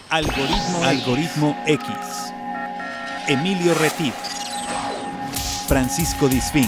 Algoritmo X. Emilio Retif. Francisco Disfín.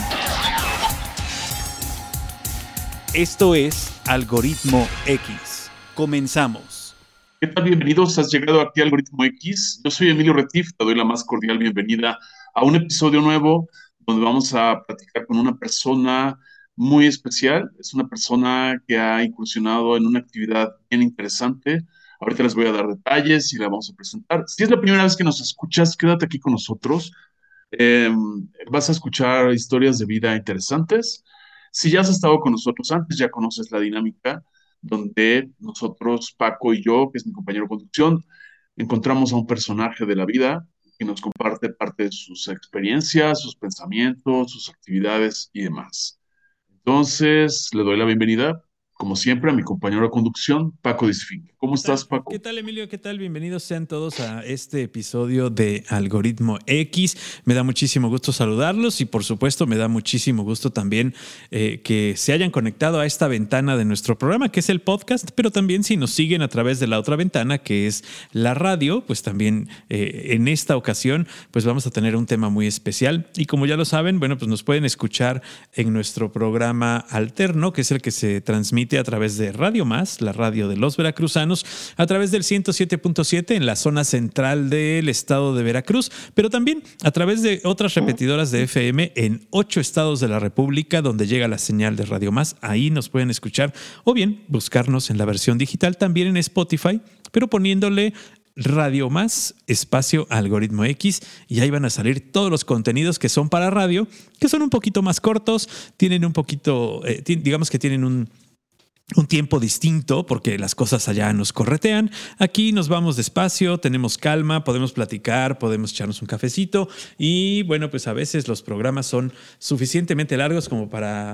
Esto es Algoritmo X. Comenzamos. ¿Qué tal? Bienvenidos. Has llegado aquí a Algoritmo X. Yo soy Emilio Retif. Te doy la más cordial bienvenida a un episodio nuevo donde vamos a platicar con una persona muy especial. Es una persona que ha incursionado en una actividad bien interesante. Ahorita les voy a dar detalles y la vamos a presentar. Si es la primera vez que nos escuchas, quédate aquí con nosotros. Eh, Vas a escuchar historias de vida interesantes. Si ya has estado con nosotros antes, ya conoces la dinámica donde nosotros, Paco y yo, que es mi compañero de conducción, encontramos a un personaje de la vida que nos comparte parte de sus experiencias, sus pensamientos, sus actividades y demás. Entonces, le doy la bienvenida, como siempre, a mi compañero de conducción, Paco Disfín. ¿Cómo ¿Qué estás, tal? Paco? ¿Qué tal, Emilio? ¿Qué tal? Bienvenidos sean todos a este episodio de Algoritmo X. Me da muchísimo gusto saludarlos y por supuesto me da muchísimo gusto también que se hayan conectado a esta ventana de nuestro programa que es el podcast, pero también si nos siguen a través de la otra ventana que es la radio, pues también en esta ocasión pues vamos a tener un tema muy especial y como ya lo saben, bueno, pues nos pueden escuchar en nuestro programa alterno que es el que se transmite a través de Radio Más, la radio de los veracruzanos, a través del 107.7 en la zona central del estado de Veracruz, pero también a través de otras repetidoras de FM en 8 estados de la República donde llega la señal de Radio Más. Ahí nos pueden escuchar o bien buscarnos en la versión digital también en Spotify, pero poniéndole Radio Más, espacio Algoritmo X, y ahí van a salir todos los contenidos que son para radio, que son un poquito más cortos, tienen un poquito, digamos que tienen un tiempo distinto porque las cosas allá nos corretean. Aquí nos vamos despacio, tenemos calma, podemos platicar, podemos echarnos un cafecito y bueno, pues a veces los programas son suficientemente largos como para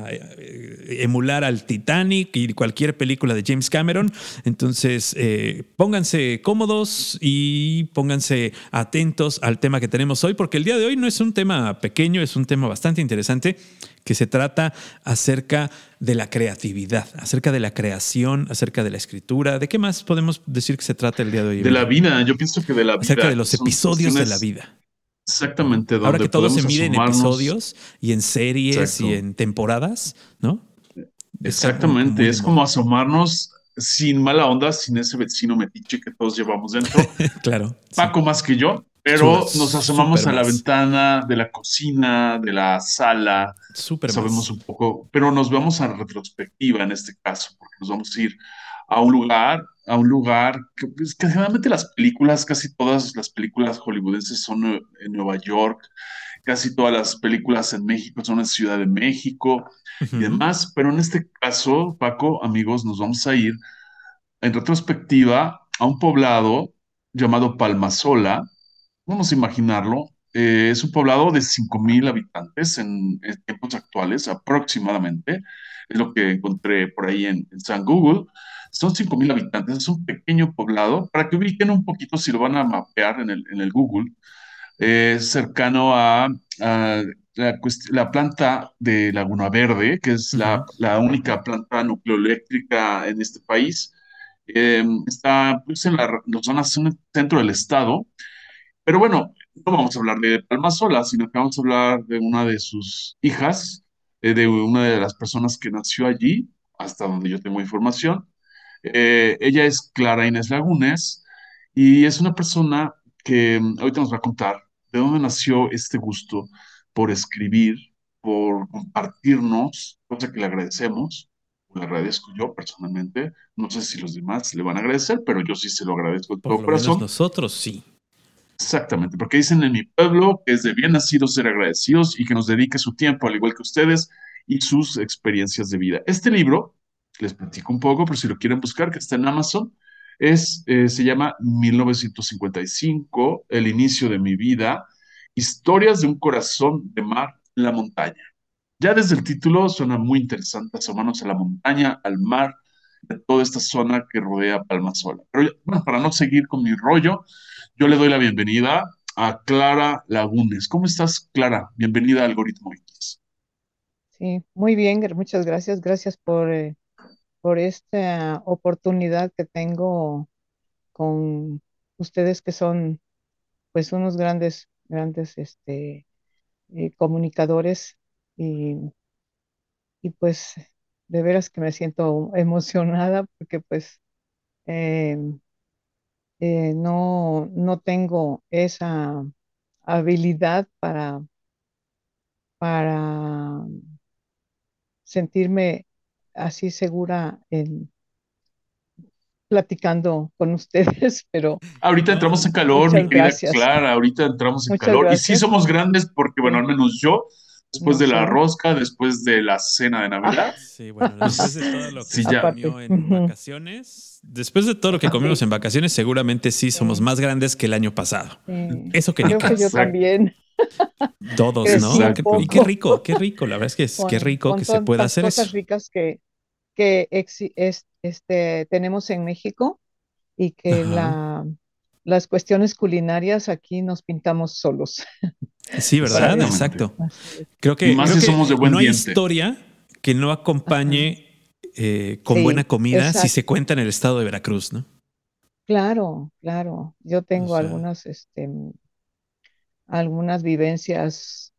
emular al Titanic y cualquier película de James Cameron. Entonces, pónganse cómodos y pónganse atentos al tema que tenemos hoy porque el día de hoy no es un tema pequeño, es un tema bastante interesante que se trata acerca de la creatividad, acerca de la creación, acerca de la escritura. ¿De qué más podemos decir que se trata el día de hoy, De la Emilio? vida, yo pienso que de la Acerca vida, de que los son episodios de la cuestiones vida. exactamente Ahora donde que todo se podemos mide en asomarnos. episodios y en series y Exacto, en temporadas, ¿no? Es como exactamente, muy de es como moda. asomarnos sin mala onda, sin ese vecino metiche que todos llevamos dentro. Claro, sí. Paco más que yo, pero nos asomamos Súper a la más. ventana de la cocina, de la sala, Súper sabemos más. un poco, pero nos vamos a retrospectiva en este caso, porque nos vamos a ir a un lugar que, pues, que generalmente las películas, casi todas las películas hollywoodenses son en Nueva York, casi todas las películas en México son en Ciudad de México y Ujú. demás, pero en este caso, Paco, amigos, nos vamos a ir en retrospectiva a un poblado llamado Palmasola. Vamos a imaginarlo. Es un poblado de 5,000 habitantes en tiempos actuales, aproximadamente. Es lo que encontré por ahí en San Google. Son 5,000 habitantes, es un pequeño poblado. Para que ubiquen un poquito, si lo van a mapear en el Google, es cercano a la planta de Laguna Verde, que es Ujú. la única planta nucleoeléctrica en este país. Está pues, en la zona centro del estado. Pero bueno, no vamos a hablar de Palma sola, sino que vamos a hablar de una de sus hijas, de una de las personas que nació allí, hasta donde yo tengo información. Ella es Clara Inés Lagunes y es una persona que ahorita nos va a contar de dónde nació este gusto por escribir, por compartirnos, cosa que le agradecemos, le agradezco yo personalmente. No sé si los demás le van a agradecer, pero yo sí se lo agradezco de Por todo lo menos corazón. nosotros sí. Exactamente, porque dicen en mi pueblo que es de bien nacidos ser agradecidos y que nos dedique su tiempo, al igual que ustedes, y sus experiencias de vida. Este libro, les platico un poco, por si lo quieren buscar, que está en Amazon, se llama 1955, El inicio de mi vida, historias de un corazón de mar en la montaña. Ya desde el título suena muy interesante, asomarnos a la montaña, al mar, de toda esta zona que rodea Palmasola. Pero bueno, para no seguir con mi rollo, yo le doy la bienvenida a Clara Lagunes. ¿Cómo estás, Clara? Bienvenida a Algoritmo X. Sí, muy bien, muchas gracias. Gracias por esta oportunidad que tengo con, ustedes que son pues unos grandes, grandes comunicadores y, y pues de veras que me siento emocionada porque pues eh, no tengo esa habilidad para sentirme así segura en platicando con ustedes, pero Ahorita No, entramos en calor, mi muchas querida gracias, Clara, ahorita entramos en muchas calor. Y sí gracias. somos grandes porque, bueno, Sí, al menos yo, después no de la sé. rosca, después de la cena de Navidad, Ah, sí, bueno, después de pues todo lo que sí, se ya. comió aparte. en Ujú, vacaciones, después de todo lo que comimos sí, en vacaciones, seguramente sí somos sí, más grandes que el año pasado. sí. Eso que ni Creo qué. que yo Exacto, también Todos, crecí ¿no? un Y exacto. poco qué rico, la verdad es que es qué rico con que se pueda tantas hacer cosas eso. ricas que tenemos en México y que Ajá. las cuestiones culinarias aquí nos pintamos solos. Sí, Para ¿verdad? bien. Exactamente. Exacto. Así es. Y más Creo si somos de que buen no hay diente. historia que no Ajá. acompañe con buena Sí, comida si se exacto. cuenta en el estado de Veracruz, ¿no? Claro, claro. Yo O tengo sea, algunas vivencias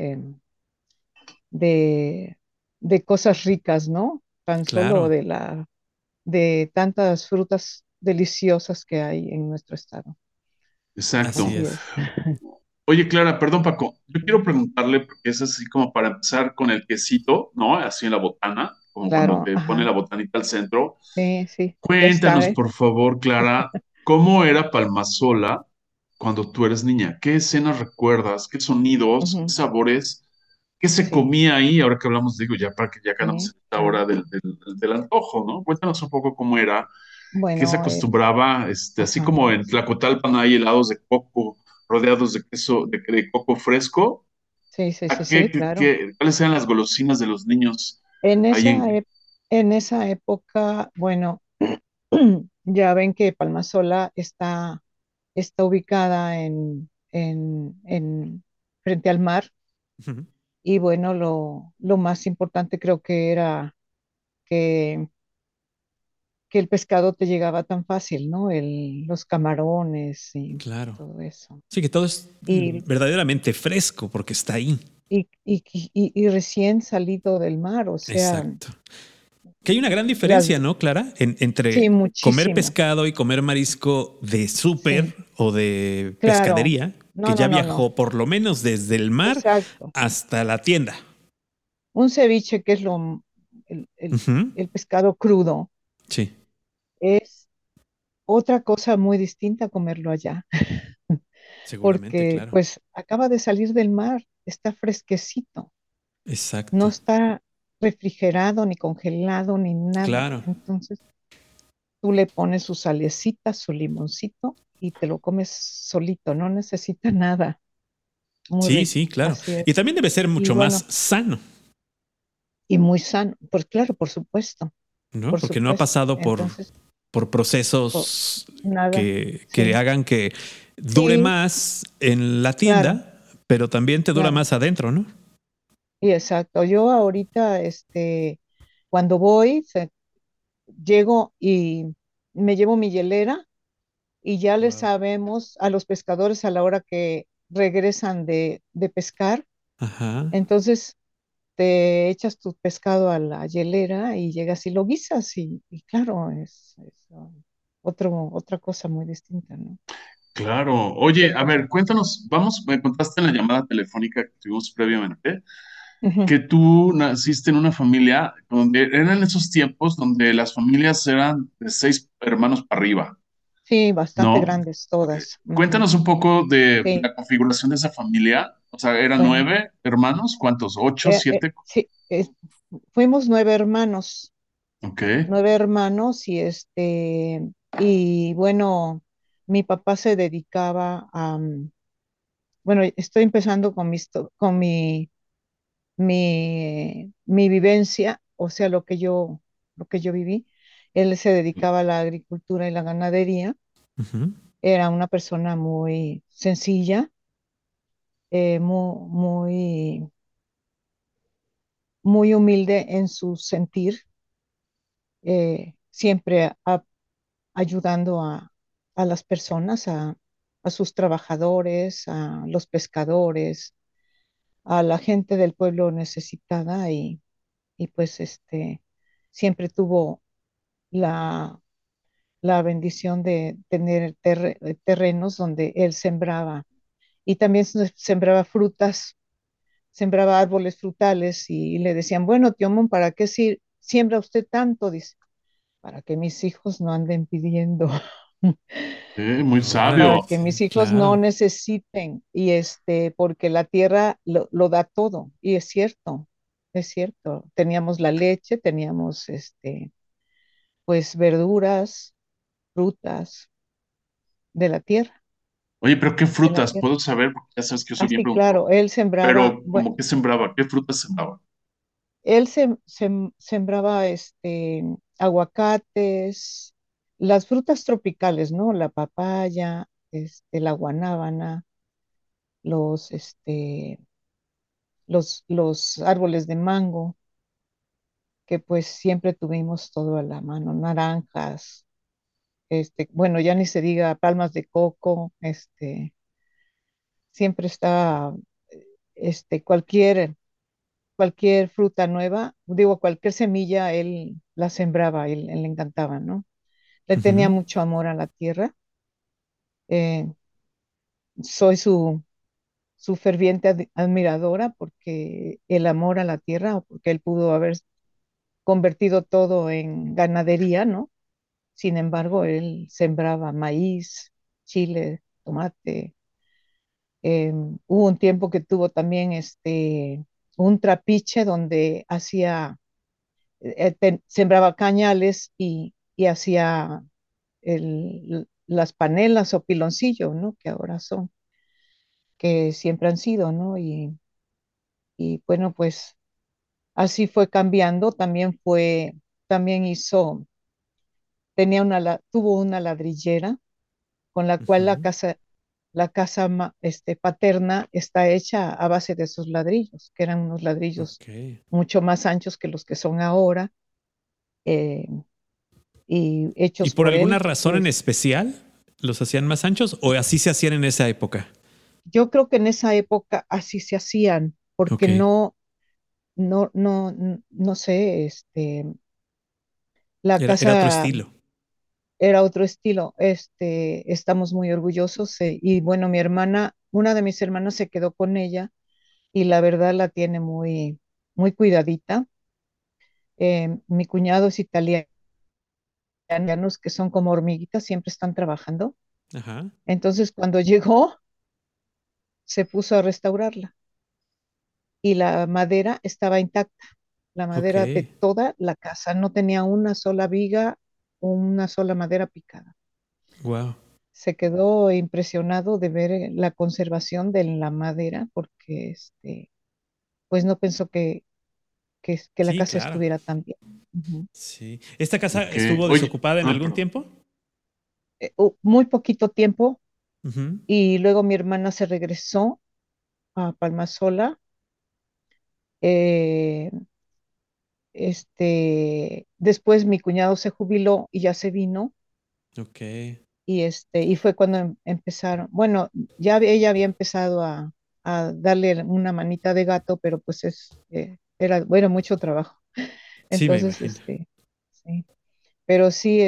de, de cosas ricas, ¿no? Tan solo claro, de tantas frutas deliciosas que hay en nuestro estado. así Exacto. Así es. es. Oye, Clara, perdón, Paco. Yo quiero preguntarle, porque es así como para empezar con el quesito, ¿no? Así en la botana, como cuando Claro, te pone la ajá. botanita al centro. Sí, sí, ya Cuéntanos, sabe. por favor, Clara, ¿cómo era Palmasola cuando tú eres niña? ¿Qué escenas recuerdas? ¿Qué sonidos? ¿Qué Ujú, sabores? ¿Qué se sí, comía ahí? Ahora que hablamos, digo, ya para que ya ganamos sí, en esta sí. hora del antojo, ¿no? Cuéntanos un poco cómo era, qué se Bueno, acostumbraba, así ajá. como en Tlacotalpan hay helados de coco rodeados de queso, de coco fresco. Sí, sí, sí, ¿A sí, claro. cuáles eran las golosinas de los niños En ahí esa, en... en esa época, bueno, ya ven que Palmasola está ubicada frente al mar Ujú. y bueno, lo más importante creo que era que, que el pescado te llegaba tan fácil, ¿no? Los camarones y Claro. todo eso. Sí, que todo es Y, verdaderamente fresco porque está ahí. y recién salido del mar, o sea, Exacto. Que hay una gran las, diferencia, ¿no, Clara? sí, Entre comer muchísimo, pescado y comer marisco de súper sí, o de claro. pescadería, que No, ya no, no, no, viajó por lo menos desde el mar exacto. hasta la tienda. Un ceviche, que es el, el- Ujú. el pescado crudo, Sí, es otra cosa muy distinta a comerlo allá, seguramente, porque claro. pues acaba de salir del mar, está fresquecito, no Exacto. está refrigerado, ni congelado, ni nada. Claro. Entonces tú le pones su salecita, su limoncito y te lo comes solito, no necesita nada. Muy Sí, sí, rico, claro. así Y es. también debe ser Y mucho más bueno, sano, y muy sano, pues claro, ¿no? por Porque no ha supuesto. pasado Entonces, por po- procesos nada, que sí, hagan que dure sí, más en la claro, tienda, pero también te dura claro. más adentro, ¿no? Y exacto. Yo ahorita, cuando voy, llego y me llevo mi hielera y ya le Wow. sabemos a los pescadores a la hora que regresan de pescar. Ajá. Entonces, te echas tu pescado a la hielera y llegas y lo guisas y claro, otra cosa muy distinta, ¿no? Claro. Oye, a ver, cuéntanos, vamos, me contaste en la llamada telefónica que tuvimos previamente, Ujú. que tú naciste en una familia donde eran esos tiempos donde las familias eran de 6 hermanos para arriba, Sí, bastante ¿no? grandes todas. Ujú. Cuéntanos un poco de Sí, la configuración de esa familia. O sea, ¿eran bueno, 9 hermanos? ¿Cuántos? ¿Ocho? ¿7? sí, fuimos Ok. nueve hermanos y bueno, mi papá se dedicaba bueno, estoy empezando con mi vivencia, o sea, lo que yo viví. Él se dedicaba a la agricultura y la ganadería. Ujú. Era una persona muy sencilla, muy, muy humilde en su sentir, siempre ayudando a las personas, a sus trabajadores, a los pescadores, a la gente del pueblo necesitada y pues siempre tuvo la, la bendición de tener terrenos donde él sembraba y también sembraba frutas, sembraba árboles frutales y le decían, bueno, tío Mon, ¿para qué siembra usted tanto? Dice, para que mis hijos no anden pidiendo, Muy para sabio. que mis hijos no Claro. necesiten y porque la tierra lo da todo y es cierto, es cierto. Teníamos la leche, teníamos pues verduras, frutas de la tierra, Oye, pero ¿qué de la frutas? tierra. ¿Puedo saber? Porque ya sabes que yo soy bien Así, preguntón. claro, él sembraba, Pero, bueno, ¿cómo que sembraba? ¿Qué frutas sembraba? él sembraba aguacates, las frutas tropicales, ¿no? La papaya, la guanábana, los, los árboles de mango, que pues siempre tuvimos todo a la mano, naranjas, bueno, ya ni se diga palmas de coco, siempre está, cualquier fruta nueva, digo, cualquier semilla, él la sembraba, él le encantaba, ¿no? Le tenía Ujú. mucho amor a la tierra. eh, Soy su ferviente admiradora porque el amor a la tierra, o porque él pudo haber convertido todo en ganadería, ¿no? Sin embargo, él sembraba maíz, chile, tomate. Hubo un tiempo que tuvo también un trapiche donde sembraba cañales y hacía las panelas o piloncillos, ¿no? Que ahora son, que siempre han sido, ¿no? Y bueno, pues así fue cambiando, también tuvo una ladrillera con la cual Ujú. la casa paterna está hecha a base de esos ladrillos, que eran unos ladrillos Ok. mucho más anchos que los que son ahora, eh, y ¿Y hechos por por alguna él. razón en especial los hacían más anchos o así se hacían en esa época? Yo creo que en esa época así se hacían, porque Ok. no sé, la Era otro casa estilo. era otro estilo. Estamos muy orgullosos, y bueno, una de mis hermanas se quedó con ella y la verdad la tiene muy, muy cuidadita. Mi cuñado es italiano, que son como hormiguitas, siempre están trabajando. Ajá. Entonces, cuando llegó, se puso a restaurarla y la madera estaba intacta. La Ok. madera de toda la casa no tenía una sola viga o una sola madera picada. Wow. Se quedó impresionado de ver la conservación de la madera porque pues no pensó que la Sí, casa claro. estuviera tan bien. Ujú. Sí. ¿Esta casa Ok. estuvo Oye, desocupada en algún perdón. tiempo? Muy poquito tiempo Ujú. y luego mi hermana se regresó a Palmasola. eh, Después mi cuñado se jubiló y ya se vino Ok. y fue cuando empezaron, bueno, ella había empezado a darle una manita de gato, pero pues era mucho trabajo. Sí, me Entonces, imagino. sí, pero sí,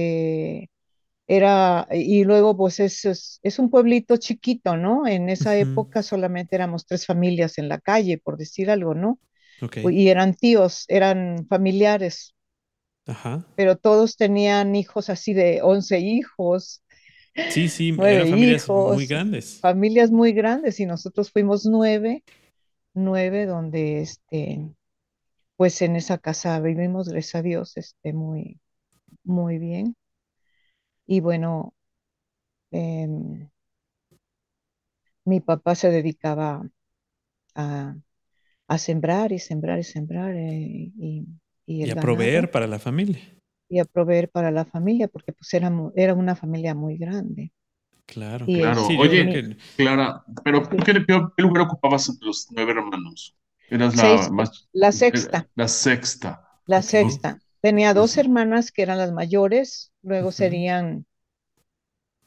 y luego pues es un pueblito chiquito, ¿no? En esa Ujú. época solamente éramos tres familias en la calle, por decir algo, ¿no? Ok. Y eran tíos, eran familiares, Ajá. pero todos tenían hijos así de 11 hijos, Sí, sí, eran 9 familias muy hijos, grandes. familias muy grandes y nosotros fuimos nueve donde pues en esa casa vivimos, gracias a Dios, muy, muy bien. Y bueno, em, mi papá se dedicaba a, a sembrar y sembrar y sembrar, y Y el a proveer ganado para la familia. y a proveer para la familia porque pues era una familia muy grande. Claro. Y Claro. Sí, yo creo Oye, que Clara, pero sí, ¿qué lugar ocupabas entre los 9 hermanos? Eras la seis, más, la sexta. la sexta. La ok. sexta. Tenía Pues, dos hermanas que eran las mayores, luego Ujú. serían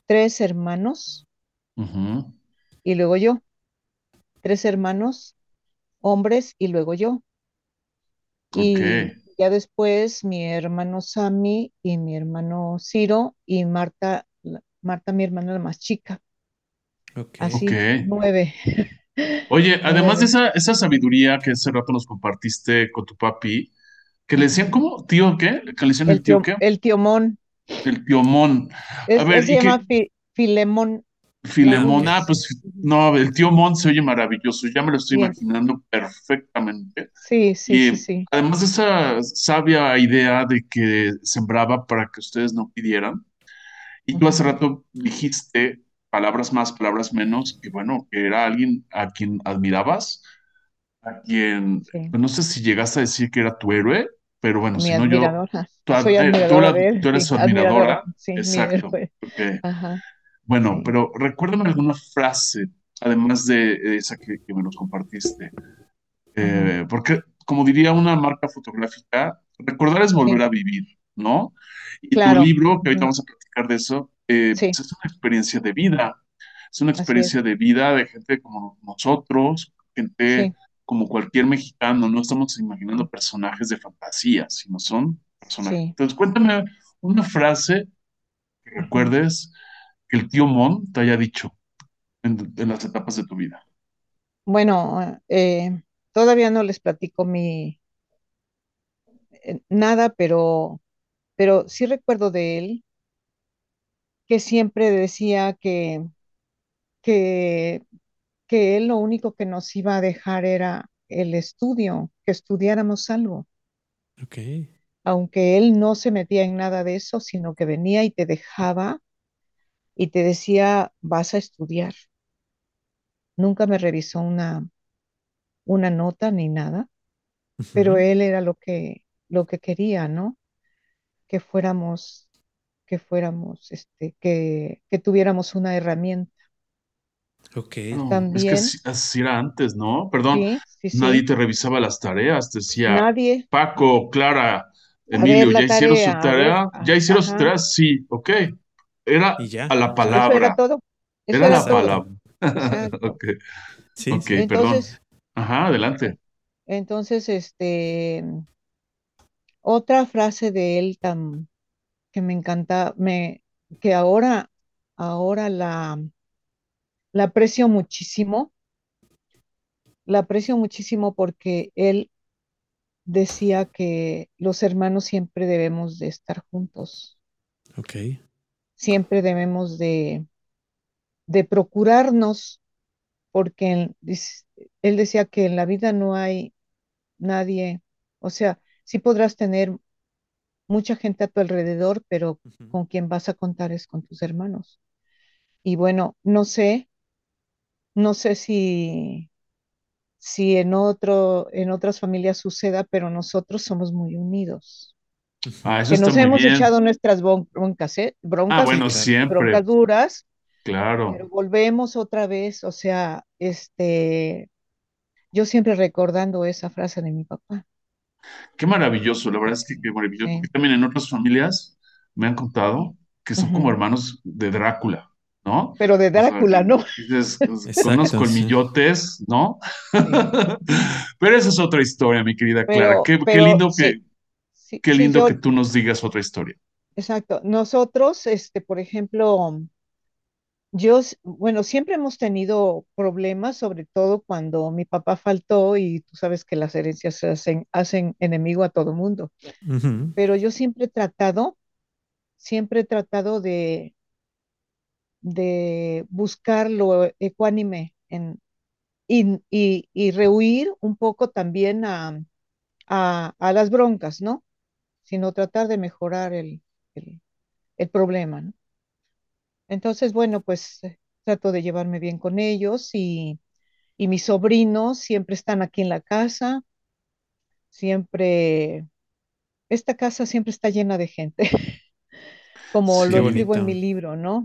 tres hermanos Ujú. y luego yo. Tres hermanos, hombres y luego yo. Ok, Y ya después mi hermano Sammy y mi hermano Ciro y Marta, Marta, mi hermana la más chica. Ok. ok. Así, nueve. Oye, además de Nueve. esa sabiduría que hace rato nos compartiste con tu papi, que le decían, Ujú. ¿cómo? ¿Tío qué? ¿Que le decían el tío qué? El tío Mon. El tío Mon. A Él ver, se y llama que Filemón. Ah, ok. Filemón, pues Ujú. no, el tío Mon se oye maravilloso, ya me lo estoy Bien. imaginando perfectamente. Sí, sí, Y sí, sí. además de esa sabia idea de que sembraba para que ustedes no pidieran, y tú hace Ujú. rato dijiste palabras más, palabras menos, que bueno, que era alguien a quien admirabas, a quien, Sí. pues no sé si llegaste a decir que era tu héroe, pero bueno, Mi si no yo, admiradora. Soy admiradora de él. tú eres Sí, su admiradora. admiradora, Sí, mi exacto. héroe. Ok. Ajá. Bueno, Sí. pero recuérdame alguna frase, además de esa que me nos compartiste. Ujú. Porque, como diría una marca fotográfica, recordar es volver Sí, a vivir, ¿no? Y tu claro. libro, que ahorita Ujú. vamos a platicar de eso, Sí, pues es una experiencia de vida. Es una así experiencia es. de vida de gente como nosotros, gente Sí. como cualquier mexicano. No estamos imaginando personajes de fantasía, sino son personajes. Sí. Entonces, cuéntame una frase que Ujú. recuerdes que el tío Mon te haya dicho en las etapas de tu vida. Bueno, todavía no les platico nada, pero sí recuerdo de él que siempre decía que, que él lo único que nos iba a dejar era el estudio, que estudiáramos algo, Ok. aunque él no se metía en nada de eso, sino que venía y te dejaba y te decía, vas a estudiar. Nunca me revisó una nota ni nada, pero Ujú. él era lo que quería, ¿no? Que fuéramos, que tuviéramos una herramienta. Ok. Claro, es que También, así era antes, ¿no? Perdón, sí, sí, nadie sí, te revisaba las tareas, te decía, nadie, Paco, Clara, a ver Emilio, la ¿ya hicieron su tarea, a ver, tarea? ¿Ya hicieron su ajá, tarea? Sí, ok. Era Y a ya. la eso era palabra, todo, eso era era la todo, Exacto. palabra. exacto. Ok, Sí, ok, sí. perdón. Entonces, Ajá, adelante. entonces, otra frase de él que me encanta, que ahora la la aprecio muchísimo porque él decía que los hermanos siempre debemos de estar juntos, Ok. siempre debemos de procurarnos, porque él decía que en la vida no hay nadie, o sea, sí podrás tener mucha gente a tu alrededor, pero Ujú. con quien vas a contar es con tus hermanos. Y bueno, no sé si en otras familias suceda, pero nosotros somos muy unidos. Ah, eso Que está nos muy hemos bien. echado nuestras broncas, ¿eh? Ah, Sí, bueno, claro. siempre, Broncas duras, pero claro. volvemos otra vez, o sea, yo siempre recordando esa frase de mi papá. Qué maravilloso, la verdad es que qué maravilloso, porque Sí. también en otras familias me han contado que son como Ujú. hermanos de Drácula, ¿no? Pero de O sea, Drácula, que ¿no? dices, pues, conozco Exacto, el sí. millotes, ¿no? Sí. Pero esa es otra historia, mi querida Clara. Pero sí, sí, Qué sí, lindo yo, que tú nos digas otra historia. exacto. Nosotros, por ejemplo, bueno, siempre hemos tenido problemas, sobre todo cuando mi papá faltó y tú sabes que las herencias hacen enemigo a todo mundo. Ujú. Pero yo siempre he tratado de buscar lo ecuánime y rehuir un poco también a las broncas, ¿no? Sino tratar de mejorar el, el problema, ¿no? Entonces, bueno, pues trato de llevarme bien con ellos y mis sobrinos siempre están aquí en la casa, siempre, esta casa siempre está llena de gente, como lo Qué Sí, escribo en mi bonito. libro, ¿no?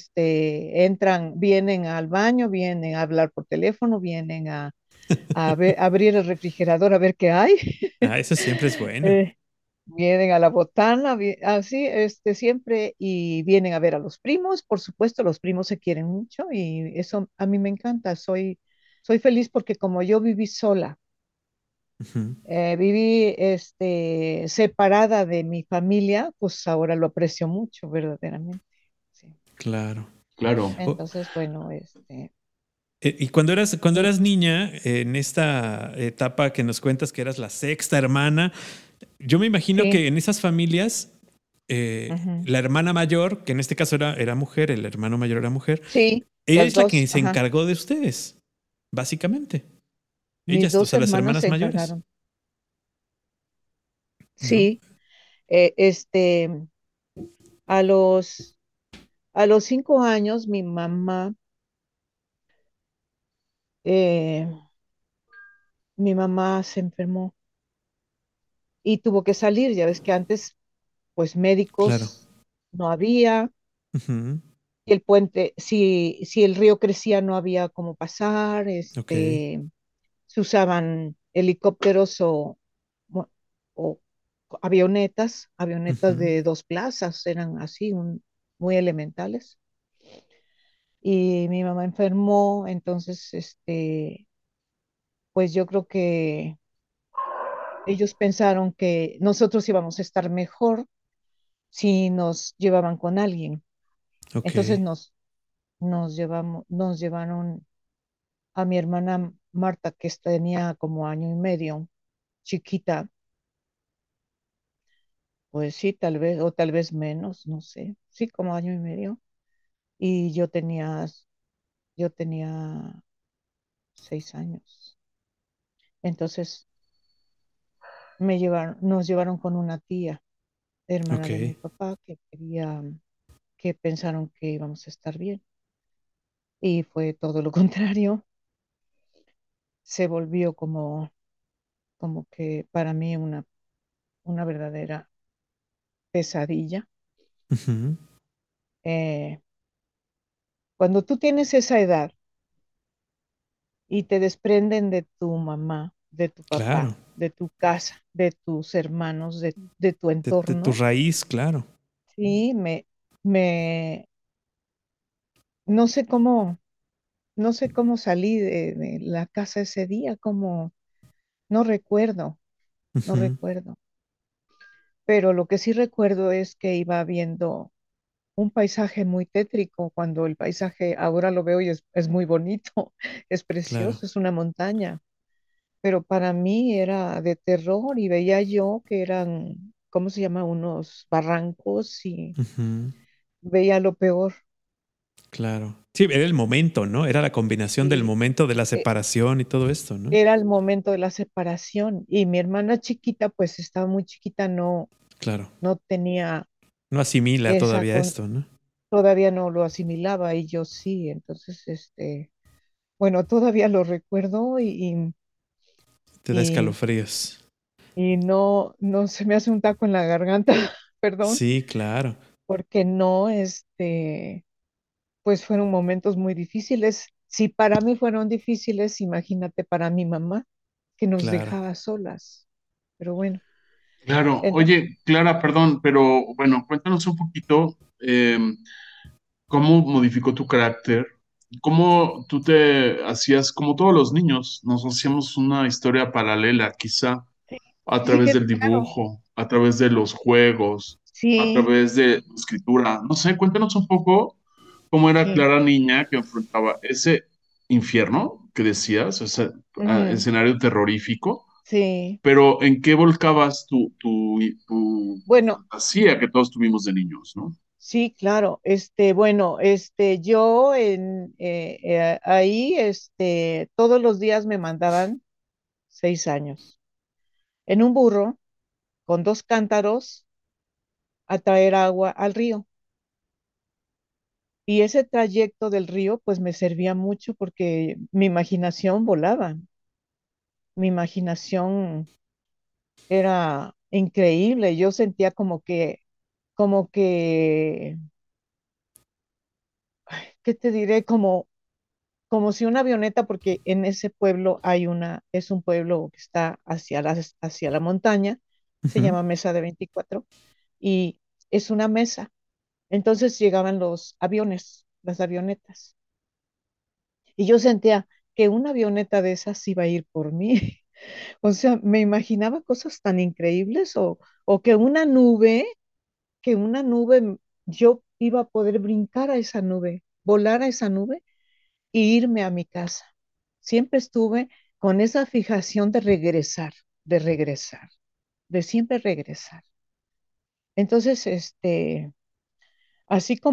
Vienen al baño, vienen a hablar por teléfono, vienen a abrir el refrigerador a ver qué hay. Ah, eso siempre es bueno. Eh, vienen a la botana, así, siempre, y vienen a ver a los primos, por supuesto, los primos se quieren mucho y eso a mí me encanta. Soy feliz porque como yo viví sola, Ujú. viví, separada de mi familia, pues ahora lo aprecio mucho, verdaderamente. Sí. Claro. Claro. O- Entonces, bueno, y cuando y- eras niña, en esta etapa que nos cuentas que eras la sexta hermana, yo me imagino sí, que en esas familias, ujú, la hermana mayor, que en este caso era mujer, el hermano mayor era mujer, sí, ella las es la dos, que se ajá. encargó de ustedes, básicamente. Mis Ellas, o dos sea, las hermanas hermanas se mayores, encargaron. ¿no? Sí, eh, este, a los, a los 5 años eh, mi mamá se enfermó y tuvo que salir. Ya ves que antes, pues Claro. médicos no había, Ujú. y el puente, si el río crecía no había cómo pasar, Ok. se usaban helicópteros mo- o avionetas Ujú. de 2 plazas, eran así, muy elementales. Y mi mamá enfermó, entonces, pues yo creo que ellos pensaron que nosotros íbamos a estar mejor si nos llevaban con alguien. Ok. Entonces nos llevaron a mi hermana Marta, que tenía como año y medio, chiquita, pues sí, tal vez, o tal vez menos, no sé, sí, como año y medio. Y yo tenía 6 años. Entonces nos llevaron con una tía, hermana Ok. de mi papá, que pensaron que íbamos a estar bien. Y fue todo lo contrario. Se volvió como que para mí una verdadera pesadilla. Ujú. Eh, Cuando tú tienes esa edad y te desprenden de tu mamá, de tu papá, Claro. de tu casa, de tus hermanos, de tu De tu entorno, raíz, claro. sí, me, no sé cómo, no sé cómo salí de la casa ese día, no recuerdo, no Ujú. recuerdo. Pero lo que sí recuerdo es que iba viendo un paisaje muy tétrico, cuando el paisaje ahora lo veo y es muy bonito, es Claro. precioso, es una montaña, pero para mí era de terror y veía yo que eran, ¿cómo se llama? Unos barrancos y Ujú. veía lo peor. Claro. Sí, era el momento, ¿no? Era la combinación del Y momento de la eh, separación y todo esto, ¿no? era el momento de la separación y mi hermana chiquita, pues estaba muy chiquita, Claro. no tenía No asimila esa, todavía esto, ¿no? todavía no lo asimilaba y yo sí, entonces, bueno, todavía lo recuerdo Te da y, escalofríos. y no se me hace un taco en la garganta, perdón, Sí, claro, porque no, pues fueron momentos muy difíciles. Si para mí fueron difíciles, imagínate para mi mamá, que nos claro. dejaba solas. Pero bueno, Claro. en- Oye, Clara, perdón, pero bueno, cuéntanos un poquito cómo modificó tu carácter, cómo tú te hacías, como todos los niños, nos hacíamos una historia paralela, quizá sí, a sí, través que del claro, dibujo, a través de los juegos, a sí, través de la escritura. No sé, cuéntanos un poco cómo era sí, Clara niña que enfrentaba ese infierno que decías, ese ujú, escenario terrorífico, sí. pero ¿en qué volcabas tu Bueno, fantasía que todos tuvimos de niños, ¿no? sí, claro. Bueno, yo ahí, todos los días me mandaban 6 años en un burro con 2 cántaros a traer agua al río. Y ese trayecto del río, pues me servía mucho porque mi imaginación volaba. Mi imaginación era increíble. Yo sentía como que, ¿qué te diré? Como si una avioneta, porque en ese pueblo es un pueblo que está hacia la montaña, se Ujú. llama mesa de 24, y es una mesa. Entonces llegaban los aviones, las avionetas, y yo sentía que una avioneta de esas iba a ir por mí. O sea, me imaginaba cosas tan increíbles o que una nube, yo iba a poder brincar a esa nube, volar a esa nube e irme a mi casa. Siempre estuve con esa fijación de regresar, de siempre regresar. Entonces, así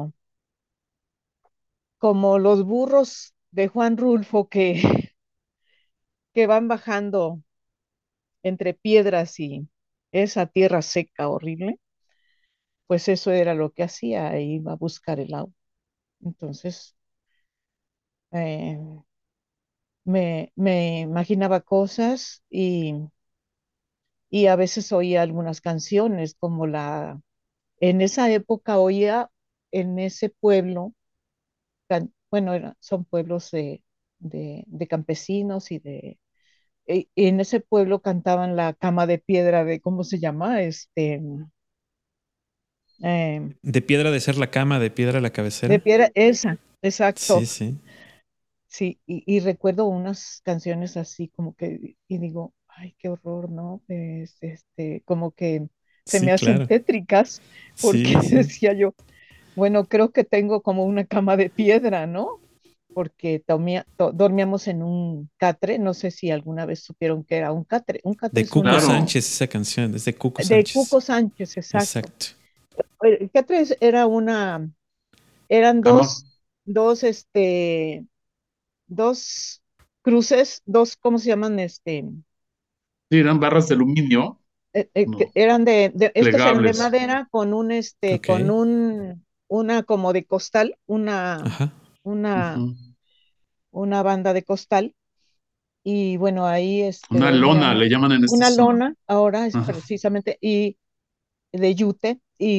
como los burros de Juan Rulfo que van bajando entre piedras y esa tierra seca horrible, pues eso era lo que hacía, iba a buscar el agua. Entonces, eh, me imaginaba cosas y a veces oía algunas canciones, en esa época oía en ese pueblo, bueno, son pueblos de campesinos y en ese pueblo cantaban la cama de piedra de, ¿cómo se llama? Eh, De piedra de ser la cama, de piedra la de cabecera. piedra, esa, exacto. Sí, sí. Sí, y recuerdo unas canciones así como que, y digo, ay, qué horror, ¿no? Como que se Sí, me hacen claro. tétricas, porque Sí, sí. decía yo, bueno, creo que tengo como una cama de piedra, ¿no? Porque dormíamos en un catre, no sé si alguna vez supieron que era un catre De es Cuco Claro, Sánchez, esa canción, es de Cuco de Sánchez. Cuco Sánchez, exacto. Exacto. El catre eran cama. dos, dos cruces, ¿cómo se llaman? Sí, eran barras de aluminio, Que no, eran estos eran de plegables. madera Ok. una como de costal, Ajá. una, Ujú. una banda de costal, y bueno, ahí Una lona, dormíamos. le llaman en esta Una zona. lona, ahora es Ajá. precisamente, y de yute,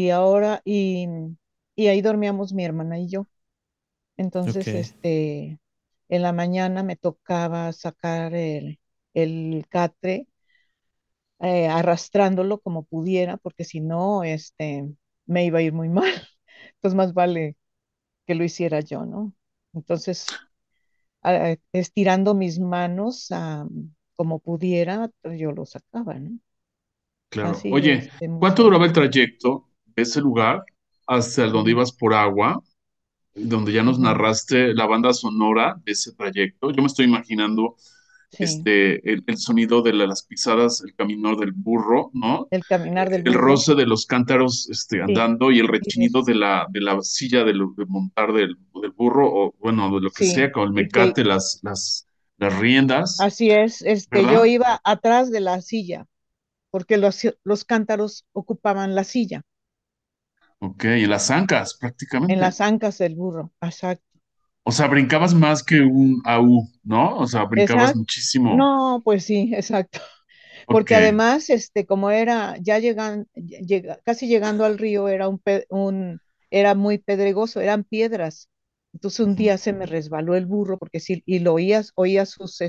y ahí dormíamos mi hermana y yo. Ok. Entonces, en la mañana me tocaba sacar el catre, arrastrándolo como pudiera, porque si no, me iba a ir muy mal. Entonces, más vale que lo hiciera yo, ¿no? Entonces, estirando mis manos, como pudiera, pues, yo lo sacaba, ¿no? Claro. Así, Oye, ¿cuánto mucho. duraba el trayecto de ese lugar hasta donde Ujú, ibas por agua, donde ya nos ujú, narraste la banda sonora de ese trayecto? Yo me estoy imaginando sí, el sonido de las pisadas, el caminar del burro, ¿no? el caminar del El burro, roce de los cántaros sí, andando y el y rechinido de la silla de montar del burro, o bueno, de lo que sí, sea, con el y que mecate, las riendas, así es, yo ¿verdad? iba atrás de la silla, porque los cántaros ocupaban la silla, Ok, y las ancas en prácticamente. las ancas del burro, exacto. O sea, brincabas más que un AU, ¿no? O sea, brincabas Exacto. muchísimo. No, pues sí, exacto. Ok, Porque además, como era, casi llegando al río, era muy pedregoso, eran piedras. Entonces un ujú. día se me resbaló el burro, porque sí, y lo oías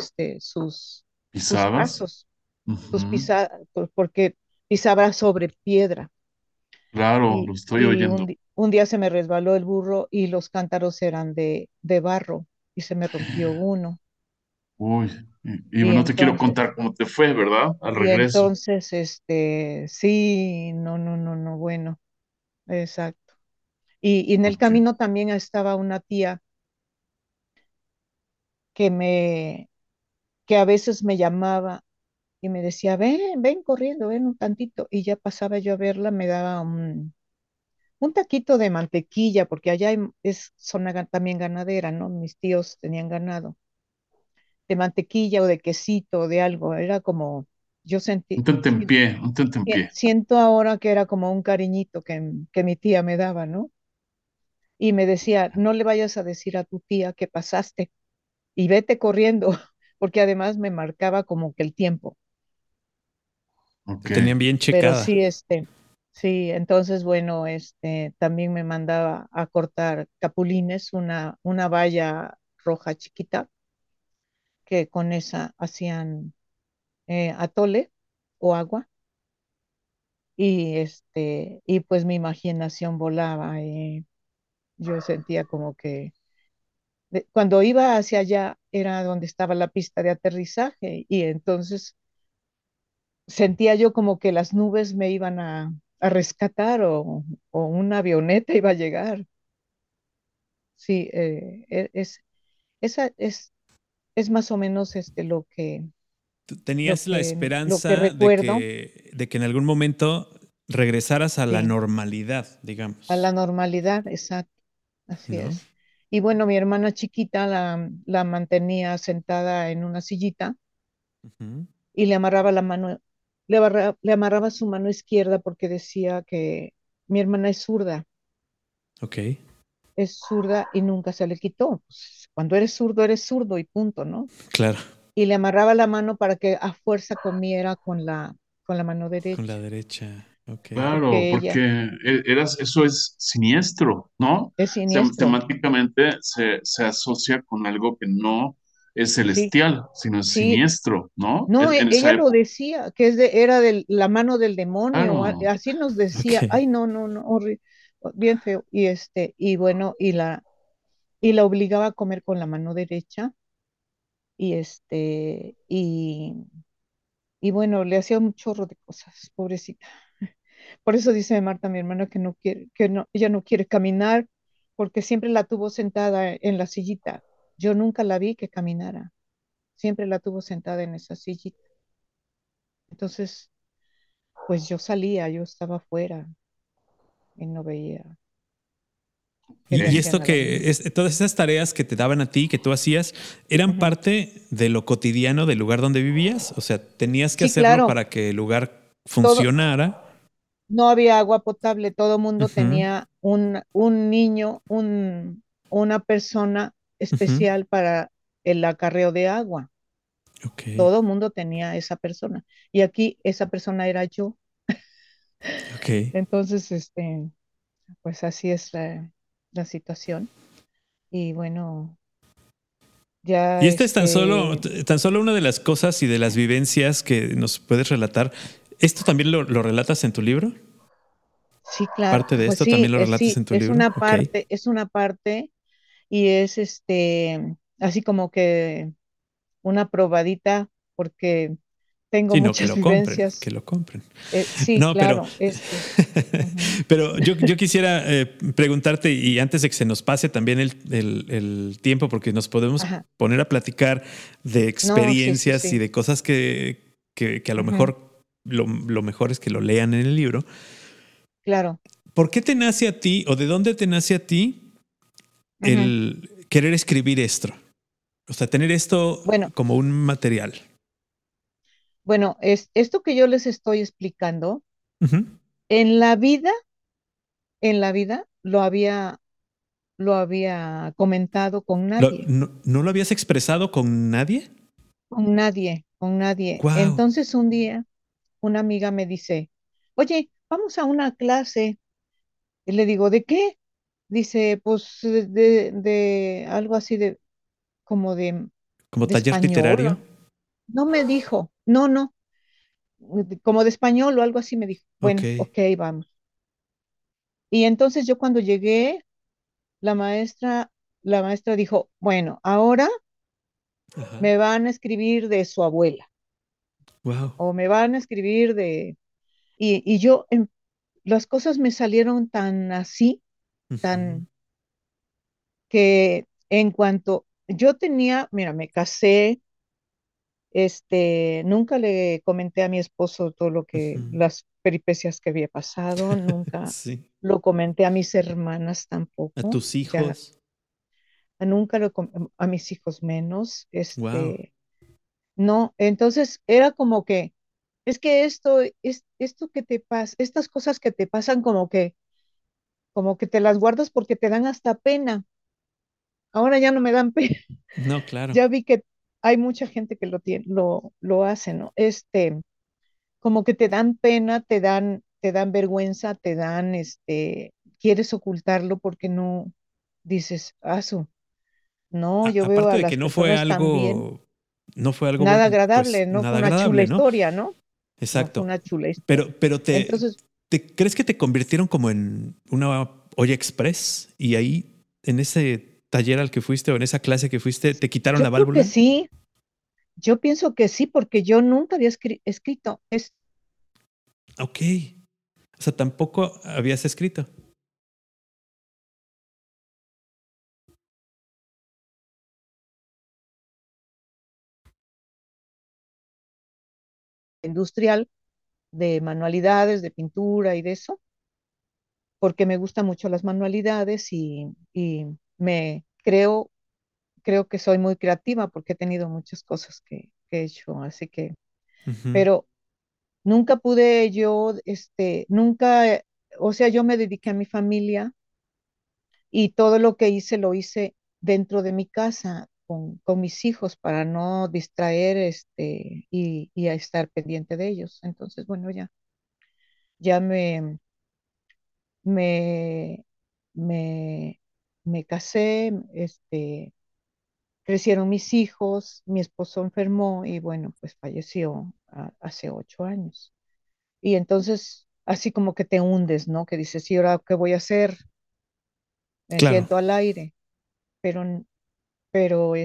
sus Pisadas. pasos, sus Ujú. pisadas, porque pisaba sobre piedra. Claro, lo Y, estoy y oyendo. un día se me resbaló el burro y los cántaros eran de barro y se me rompió uno. Uy, y Y no te quiero entonces, contar cómo te fue, ¿verdad? Al Y regreso. entonces, sí, no, no, no, no, bueno, exacto. Y en el Ok. camino también estaba una tía que que a veces me llamaba y me decía, ven, ven corriendo, ven un tantito. Y ya pasaba yo a verla, me daba un taquito de mantequilla, porque allá es zona también ganadera, ¿no? Mis tíos tenían ganado, de mantequilla o de quesito o de algo. Era como, yo Un sentí, tentempié, un tentempié. siento ahora que era como un cariñito que mi tía me daba, ¿no? Y me decía, no le vayas a decir a tu tía que pasaste y vete corriendo, porque además me marcaba como que el tiempo. Te Ok. tenían bien Pero checada. sí, sí, entonces, bueno, también me mandaba a cortar capulines, una valla roja chiquita, que con esa hacían atole o agua, y pues mi imaginación volaba y yo sentía como que cuando iba hacia allá era donde estaba la pista de aterrizaje y entonces sentía yo como que las nubes me iban a rescatar o una avioneta iba a llegar. Sí, esa es más o menos ¿Tú tenías la lo que esperanza recuerdo de que en algún momento regresaras a la sí, normalidad, a la digamos, normalidad, exacto, así ¿no? es. Y bueno, mi hermana chiquita la mantenía sentada en una sillita Ujú. y le amarraba la mano, le amarraba su mano izquierda porque decía que mi hermana Ok, es zurda y nunca se le quitó. Pues, cuando eres zurdo y punto, ¿no? claro, Y le amarraba la mano para que a fuerza comiera con la mano con la derecha, derecha, ok. Claro, porque porque ella eso es siniestro, ¿no? es siniestro. Semánticamente se asocia con algo que no es Sí, celestial, sino es sí. siniestro, ¿no? No, En esa ella lo época. decía, que era de la mano del demonio, Claro. así nos decía. Ok. Ay, no, no, no, bien feo. Y bueno, y la obligaba a comer con la mano derecha, y y bueno, le hacía un chorro de cosas, pobrecita. Por eso dice Marta, mi hermana, que no quiere, que no, ella no quiere caminar, porque siempre la tuvo sentada en la sillita. Yo nunca la vi que caminara, siempre la tuvo sentada en esa sillita. Entonces, pues yo salía, yo estaba afuera y no veía que le Y hacían esto a la niña. todas esas tareas que te daban a ti, que tú hacías, ¿eran Ujú. parte de lo cotidiano del lugar donde vivías? O sea, ¿tenías que Sí, hacerlo claro, para que el lugar todo, funcionara? no había agua potable, todo mundo Ujú, tenía un niño, una persona ujú. especial para el acarreo de agua. Ok, Todo mundo tenía esa persona. Y aquí esa persona era yo. ok. Entonces, pues así es la situación. Y bueno, ya Y esta es tan solo una de las cosas y de las vivencias que nos puedes relatar. ¿Esto también lo relatas en tu libro? sí, claro, ¿Parte de pues esto también sí, lo relatas sí, en tu libro? Ok. es una parte y es así como que una probadita porque tengo Sí, no, que muchas lo compren, que vivencias. lo compren. Sí, No, pero, claro, ujú, pero yo quisiera preguntarte, y antes de que se nos pase también el tiempo, porque nos podemos ajá, poner a platicar de no, sí, sí, experiencias y sí, de cosas que a lo ujú, mejor lo mejor es que lo lean en el libro. claro, ¿Por qué te nace a ti o de dónde te nace a ti ujú. el querer escribir esto? O sea, tener esto Bueno, como un material. bueno, es esto que yo les estoy explicando, Ujú. en la vida lo había comentado con nadie, ¿No lo habías expresado con nadie? con nadie, con nadie. Wow. Entonces un día una amiga me dice, oye, vamos a una clase. Y le digo, ¿de qué? Dice, pues de algo así como Como de taller español. literario. No me dijo, no, no, como de español o algo así me dijo. Ok. Bueno, ok, vamos. Y entonces yo cuando llegué, la maestra, la maestra dijo, bueno, ahora Ajá. me van a escribir de su abuela Wow. o me van a escribir de... Y yo, las cosas me salieron tan así, tan que en cuanto yo tenía, mira, me casé, nunca le comenté a mi esposo todo las peripecias que había pasado, nunca Sí. lo comenté a mis hermanas A tampoco, tus ya hijos. nunca a mis hijos menos, Wow. no, entonces era como que, es que esto que te pasa, estas cosas que te pasan como que te las guardas porque te dan hasta pena. Ahora ya no me dan pena. No, claro. Ya vi que hay mucha gente que lo hace, ¿no? Como que te dan pena, te dan vergüenza, quieres ocultarlo porque no dices, no, yo veo Aparte a de que las personas tan bien, no fue algo, nada pues, agradable, no fue nada una chula agradable, ¿no? historia, ¿no? No fue Exacto. una chula historia. Pero Entonces, ¿Crees que te convirtieron como en una olla express y ahí en ese taller al que fuiste o en esa clase que fuiste te quitaron Yo la creo que válvula? sí, yo pienso que sí, porque yo nunca había escrito. Es Ok. O sea, tampoco habías escrito. industrial de manualidades, de pintura y de eso, porque me gustan mucho las manualidades y me creo que soy muy creativa porque he tenido muchas cosas que he hecho, así que, Ujú. pero nunca pude yo, nunca, o sea, yo me dediqué a mi familia y todo lo que hice lo hice dentro de mi casa con mis hijos para no distraer, y a estar pendiente de ellos. Entonces, bueno, ya me, me, me casé, crecieron mis hijos, mi esposo enfermó y bueno, pues falleció hace 8 años. Y entonces, así como que te hundes, ¿no? Que dices, ¿y ahora qué voy a hacer? Me Claro, siento al aire, pero, pero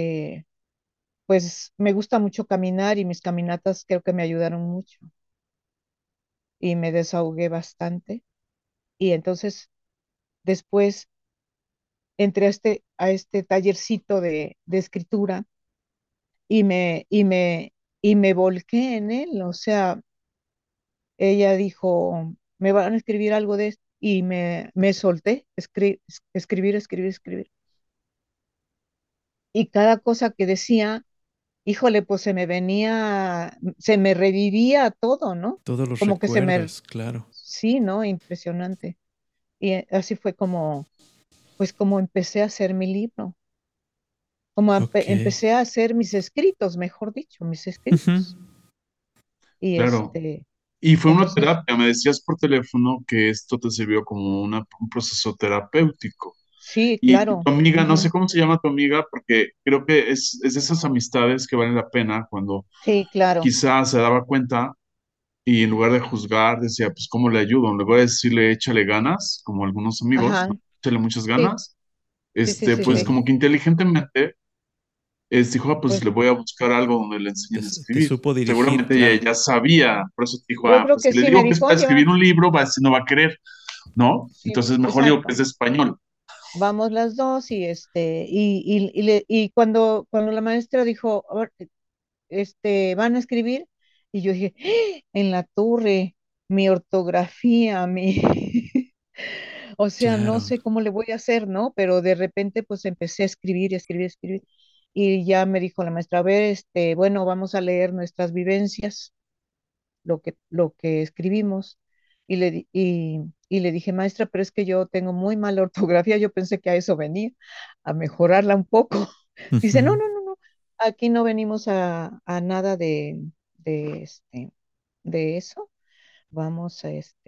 pues me gusta mucho caminar y mis caminatas creo que me ayudaron mucho y me desahogué bastante. Y entonces, después entré a este tallercito de escritura y me volqué en él. O sea, ella dijo, me van a escribir algo de esto y me solté, escribir, escribir, escribir. Y cada cosa que decía, híjole, pues se me revivía todo, ¿no? todos los Como que recuerdos, claro. sí, ¿no? Impresionante. Y así fue pues como empecé a hacer mi libro, como Ok. empecé a hacer mis escritos, mejor dicho, mis Ujú. escritos. Y Claro. Y fue una entonces, terapia, me decías por teléfono que esto te sirvió como un proceso terapéutico. sí, Y claro. tu amiga, no sé Ujú. cómo se llama tu amiga, porque creo que es de esas amistades que valen la pena cuando Sí, claro. quizás se daba cuenta y en lugar de juzgar, decía, pues, ¿cómo le ayudo? En lugar de decirle, échale ganas, como algunos amigos, ¿no? Ajá. Échale muchas Sí, ganas, sí, sí, sí, pues sí. como que inteligentemente dijo, ah, pues Pues le voy a buscar algo donde le enseñen a Te escribir. supo dirigir, Seguramente ella claro. ya sabía, por eso te dijo, yo ah, creo pues que si le sí me digo que es dijo, para oye, escribir un libro, no va a querer, ¿no? sí, Entonces mejor digo que es exacto. de español. Vamos las dos y cuando la maestra dijo, "A ver, van a escribir", y yo dije, "¡Ah!, en la torre, mi ortografía, o sea, no Claro. sé cómo le voy a hacer, ¿no? Pero de repente pues empecé a escribir, escribir, escribir, y ya me dijo la maestra, a ver, bueno, vamos a leer nuestras vivencias, lo que escribimos, y le dije, maestra, pero es que yo tengo muy mala ortografía, yo pensé que a eso venía, a mejorarla un poco. Dice, no, Ujú. no, no, no, aquí no venimos a nada de, este, de eso, vamos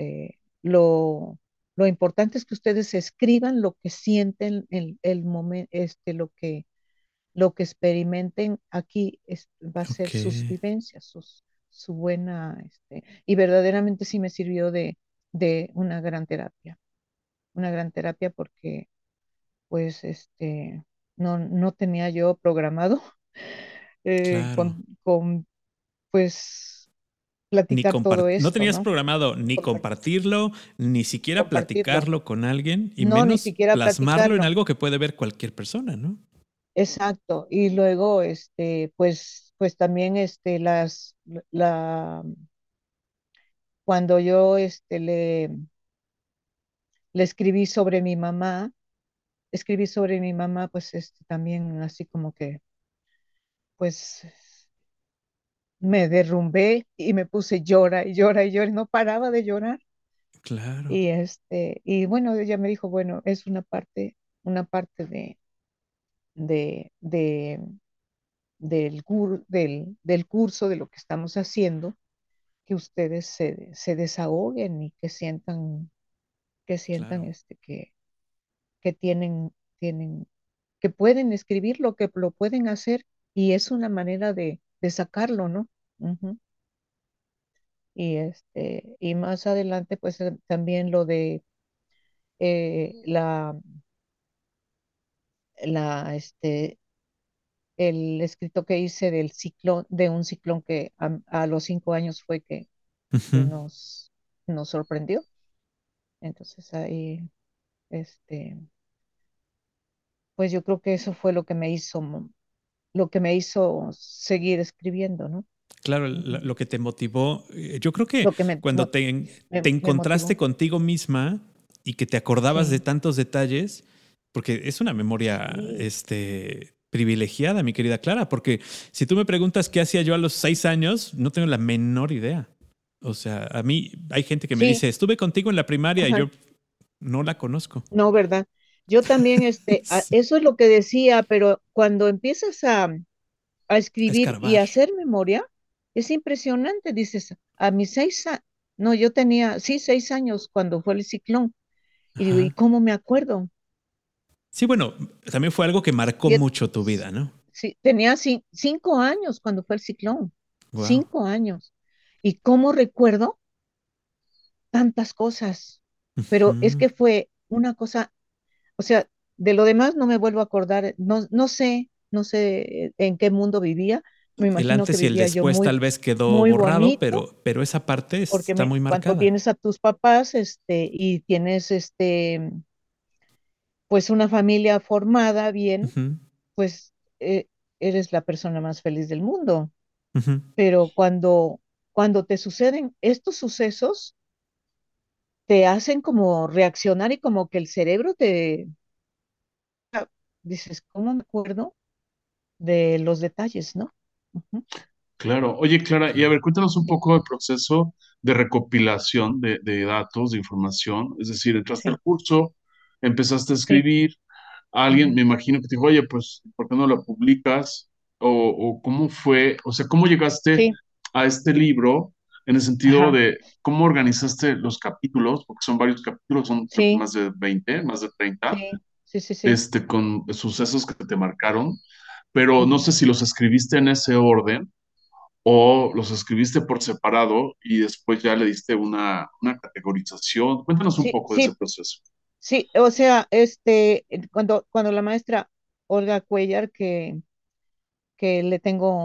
lo importante es que ustedes escriban lo que sienten el momento, lo que experimenten aquí va a ser Ok, sus vivencias, su buena, y verdaderamente sí me sirvió de una gran terapia porque pues no tenía yo programado claro. pues platicar todo No esto, tenías ¿no? programado ni Compartir, compartirlo, ni siquiera compartirlo. platicarlo con alguien, y No, ni menos siquiera plasmarlo en platicarlo. algo que puede ver cualquier persona, ¿no? Exacto. Y luego, pues también, cuando yo, le escribí sobre mi mamá, pues, también así como que, pues, me derrumbé y me puse llora y llora y llora y no paraba de llorar. Claro, Y bueno, ella me dijo, bueno, es una parte de, del curso de lo que estamos haciendo que ustedes se desahoguen y que sientan claro, que tienen, que pueden escribir lo que lo pueden hacer y es una manera de sacarlo, ¿no? Ujú. y más adelante, pues también lo de eh, la, la, el escrito que hice del ciclón, de un ciclón que a los 5 años fue que Ujú. nos sorprendió. Entonces ahí, este, pues yo creo que eso fue lo que me hizo seguir escribiendo, ¿no? Claro, Ujú. lo que te motivó, yo creo que Lo que cuando te me encontraste motivó. contigo misma y que te acordabas de Sí, tantos detalles, porque es una memoria, sí, privilegiada, mi querida Clara, porque si tú me preguntas qué hacía yo a los 6 años, no tengo la menor idea. O sea, a mí hay gente que me sí, dice, estuve contigo en la primaria y ajá, yo no la conozco. no, ¿verdad? Yo también, Sí. eso es lo que decía, pero cuando empiezas a A escribir y escarbar. a hacer memoria, es impresionante, dices, a mis 6 años, no, yo tenía, sí, 6 años cuando fue el ciclón, y digo, ¿y Ajá. cómo me acuerdo? Sí, bueno, también fue algo que marcó Siete- mucho tu vida, ¿no? sí, tenía 5 años cuando fue el ciclón, Wow. 5 años. ¿Y cómo recuerdo tantas cosas? Pero es Ujú. que fue una cosa, o sea, de lo demás no me vuelvo a acordar, no sé en qué mundo vivía, me El imagino que antes y el vivía yo después tal vez quedó muy borrado, bonito, pero esa parte porque está muy cuando marcada. tienes a tus papás, y tienes, pues una familia formada bien, Ujú, pues eres la persona más feliz del mundo. ujú. Pero cuando te suceden estos sucesos, te hacen como reaccionar y como que el cerebro dices, ¿cómo me acuerdo de los detalles, no? Ujú. Claro. Oye, Clara, y a Claro. ver, cuéntanos un poco el proceso de recopilación de datos, de información. Es decir, entraste al Sí, curso, empezaste a sí, escribir, alguien ujú, me imagino que te dijo, oye, pues, ¿por qué no lo publicas? O cómo fue, o sea, ¿cómo llegaste sí, a este libro en el sentido ajá, de cómo organizaste los capítulos? Porque son varios capítulos, son creo que sí, más de 20, más de 30, sí, sí, sí, sí. con sucesos que te marcaron, pero no Ujú. sé si los escribiste en ese orden o los escribiste por separado y después ya le diste una categorización. Cuéntanos un Sí, poco de ese sí, proceso. sí, o sea, cuando la maestra Olga Cuellar, que le tengo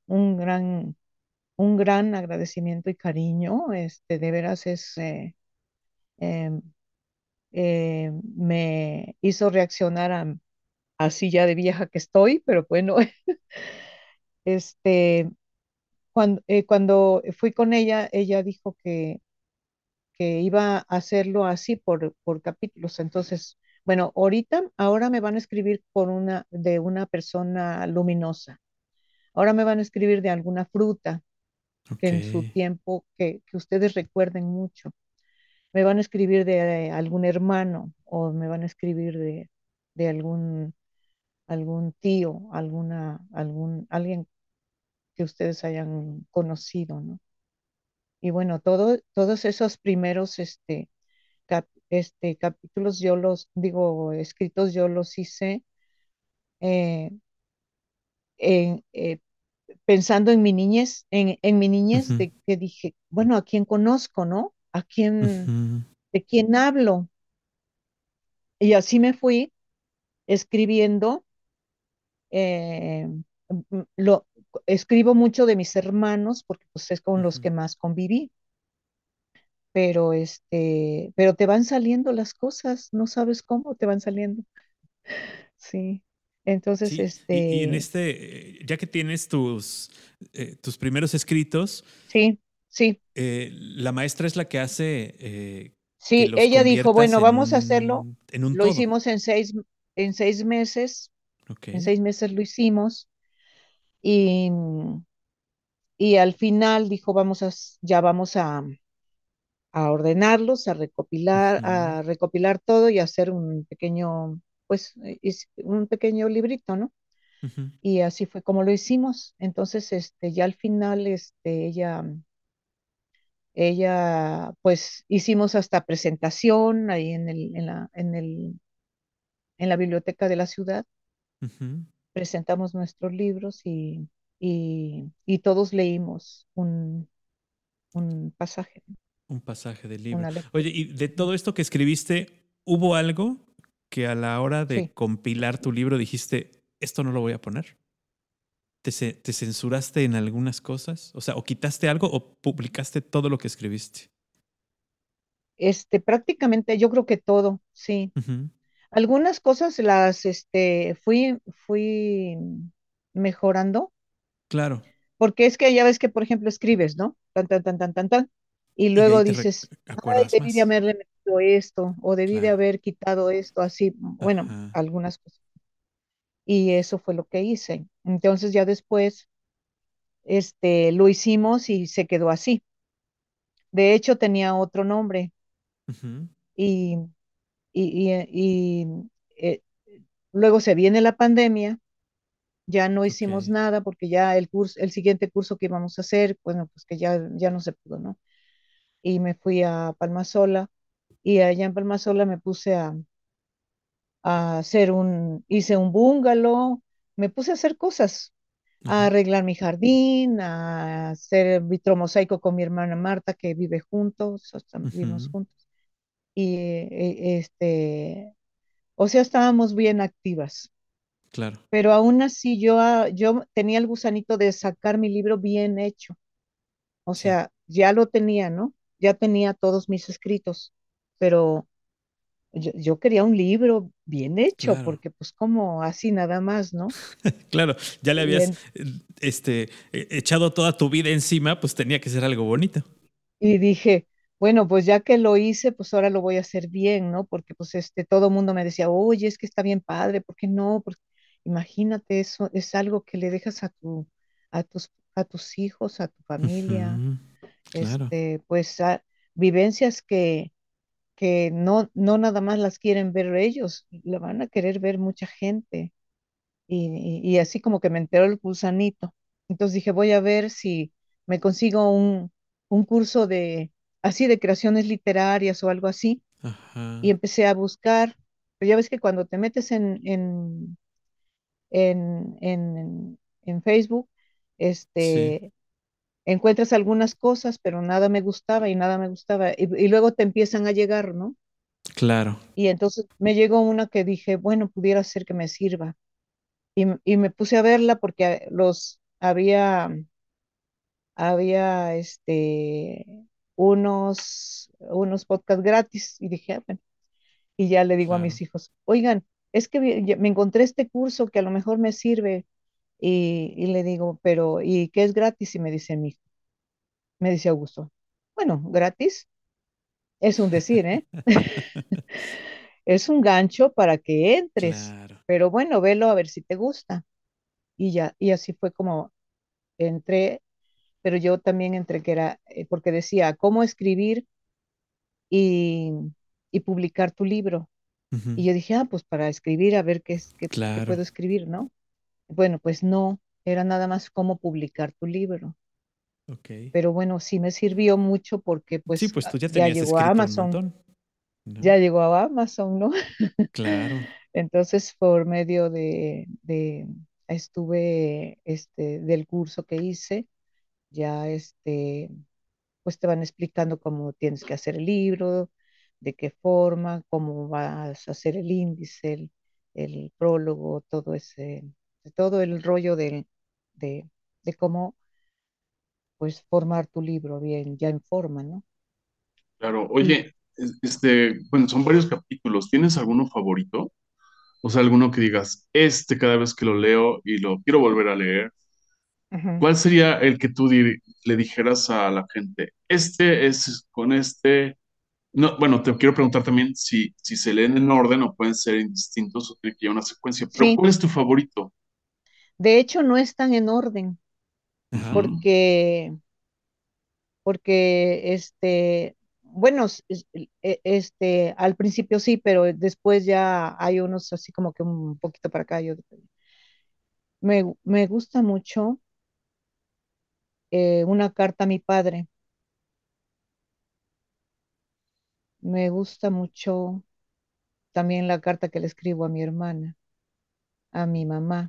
un gran agradecimiento y cariño, de veras em, me hizo reaccionar así ya de vieja que estoy, pero bueno, este, cuando fui con ella, ella dijo que iba a hacerlo así por capítulos. Entonces, bueno, ahora me van a escribir de una persona luminosa. Ahora me van a escribir de alguna fruta que Ok. en su tiempo, que ustedes recuerden mucho. Me van a escribir de algún hermano o me van a escribir de algún tío, alguien que ustedes hayan conocido, ¿no? Y bueno, todos esos primeros capítulos yo los digo, escritos yo los hice eh, en, pensando en mi niñez, en mi niñez Ujú, de que dije, bueno, ¿a quién conozco, no? ujú, ¿De quién hablo? Y así me fui escribiendo, eh, lo escribo mucho de mis hermanos porque pues es con los ujú. que más conviví, pero te van saliendo las cosas, no sabes cómo te van saliendo. Sí. Entonces, Sí, y en ya que tienes tus primeros escritos, sí, sí, la maestra es la que hace que sí, los ella dijo, conviertas bueno, vamos a hacerlo. en un Lo todo. hicimos en 6 meses, Ok. en 6 meses lo hicimos y, y al final dijo, ya vamos a ordenarlos, Ujú, a recopilar todo y hacer un pequeño, pues, un pequeño librito, ¿no? ujú, Y así fue como lo hicimos. Entonces, ya al final, pues, hicimos hasta presentación ahí en la biblioteca de la ciudad. ujú. Presentamos nuestros libros y todos leímos un pasaje, Un pasaje del libro. una lectura. Oye, y de todo esto que escribiste, ¿hubo algo que a la hora de Sí, compilar tu libro dijiste, esto no lo voy a poner? ¿Te censuraste en algunas cosas? O sea, o quitaste algo o publicaste todo lo que escribiste. prácticamente yo creo que todo, sí. Ujú. Algunas cosas fui mejorando, Claro. porque es que ya ves que, por ejemplo, escribes, ¿no? Tan, tan, tan, tan, tan, tan, y Y de ahí luego dices, ay, acuerdas debí de más. haberle metido esto, o debí de Claro. haber quitado esto, así, bueno, Ajá. algunas cosas. Y eso fue lo que hice. Entonces ya después, lo hicimos y se quedó así. De hecho, tenía otro nombre Ujú. y, y luego se viene la pandemia. Ya no Ok. hicimos nada porque ya el siguiente curso que íbamos a hacer, bueno, pues que ya no se pudo, ¿no? Y me fui a Palmasola y allá en Palmasola me puse hice un bungalow, me puse a hacer cosas, a Ajá. arreglar mi jardín, a hacer vitromosaico con mi hermana Marta que vive juntos, o sea, vivimos Ujú. juntos. Y o sea, estábamos bien activas. Claro. Pero aún así yo tenía el gusanito de sacar mi libro bien hecho. O Sí. sea, ya lo tenía, ¿no? Ya tenía todos mis escritos, pero yo quería un libro bien hecho, Claro. porque pues como así nada más, ¿no? Claro. Ya le Y, habías en- echado toda tu vida encima, pues tenía que ser algo bonito. y dije, bueno, pues ya que lo hice, pues ahora lo voy a hacer bien, ¿no? Porque pues todo el mundo me decía, oye, es que está bien padre, ¿por qué no? Porque imagínate, eso es algo que le dejas a tus hijos, a tu familia, Ujú. Claro. pues vivencias que no nada más las quieren ver ellos, la van a querer ver mucha gente. Y así como que me enteró el gusanito. Entonces dije, voy a ver si me consigo un curso así de creaciones literarias o algo así. Y Ajá. empecé a buscar, pero ya ves que cuando te metes en Facebook, Sí. este, encuentras algunas cosas, pero nada me gustaba y nada me gustaba. Y luego te empiezan a llegar, ¿no? Claro. Y entonces me llegó una que dije, bueno, pudiera ser que me sirva. Y me puse a verla porque había unos podcasts gratis y dije, "Ah, bueno". Y ya le digo a Claro. mis hijos, oigan, es que me encontré este curso que a lo mejor me sirve. Y le digo, pero, ¿y qué es gratis? Y me dice Augusto, bueno, gratis es un decir, ¿eh? Es un gancho para que entres, Claro. pero bueno, velo a ver si te gusta. Y así fue como entré, pero yo también entré que era, porque decía, ¿cómo escribir y, y publicar tu libro? Ujú. Y yo dije, pues para escribir, a ver qué Claro. puedo escribir, ¿no? Bueno, pues no, era nada más cómo publicar tu libro. Ok. Pero bueno, sí me sirvió mucho porque Sí, pues pues tú ya tenías escrito un montón, ¿no? Ya llegó a Amazon, ¿no? Claro. Entonces, por medio del curso que hice, ya pues te van explicando cómo tienes que hacer el libro, de qué forma, cómo vas a hacer el índice, el prólogo, todo el rollo de, de cómo pues formar tu libro bien, ya en forma, ¿no? Claro. Y Oye, bueno, son varios capítulos. ¿Tienes alguno favorito? O sea, alguno que digas, cada vez que lo leo y lo quiero volver a leer, ujú. ¿cuál sería el que tú le dijeras a la gente? Este es con este. No, bueno, te quiero preguntar también si se leen en orden o pueden ser indistintos o tiene que llevar una secuencia, pero Sí, ¿cuál es tu favorito? de hecho no están en orden Ajá. Ujú. porque bueno, al principio sí, pero después ya hay unos así como que un poquito para acá. Me gusta mucho una carta a mi padre, me gusta mucho también la carta que le escribo a mi hermana, a mi mamá.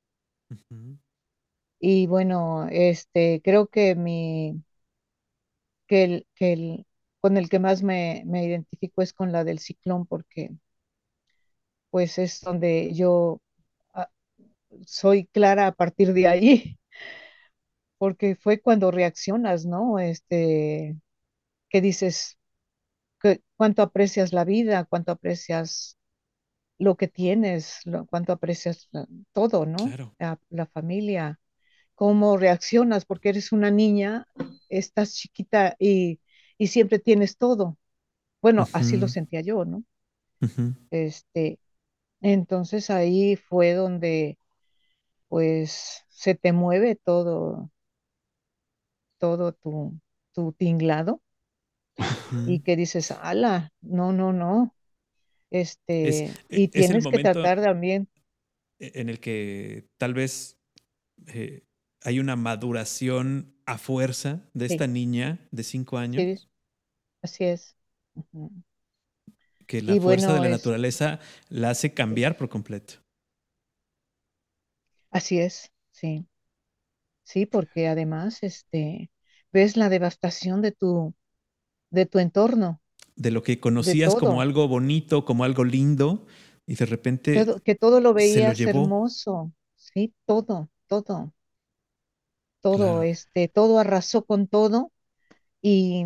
Ujú. Y bueno, creo que que con el que más me identifico es con la del ciclón, porque pues es donde yo ah, soy clara a partir de ahí, porque fue cuando reaccionas, ¿no? Que dices, cuánto aprecias la vida, cuánto aprecias lo que tienes, cuánto aprecias todo, ¿no? Claro. La familia, cómo reaccionas, porque eres una niña, estás chiquita y siempre tienes todo. Bueno, así lo Ujú, sentía yo, ¿no? ujú, Este, entonces ahí fue donde, pues, se te mueve todo tu tinglado ujú. y que dices, ala, no, no, no, y Es el tienes que momento tratar también, en el que tal vez eh, hay una maduración a fuerza de esta sí, niña de 5 años, sí, así es. Ujú. que la Y fuerza de bueno, la naturaleza la hace cambiar por completo. así es, sí, sí, porque además, ves la devastación de tu entorno, De lo que de conocías como todo, algo bonito, como algo lindo, y de repente que todo lo se lo veías llevó. hermoso, sí, todo, todo, todo, Claro. todo arrasó con todo y,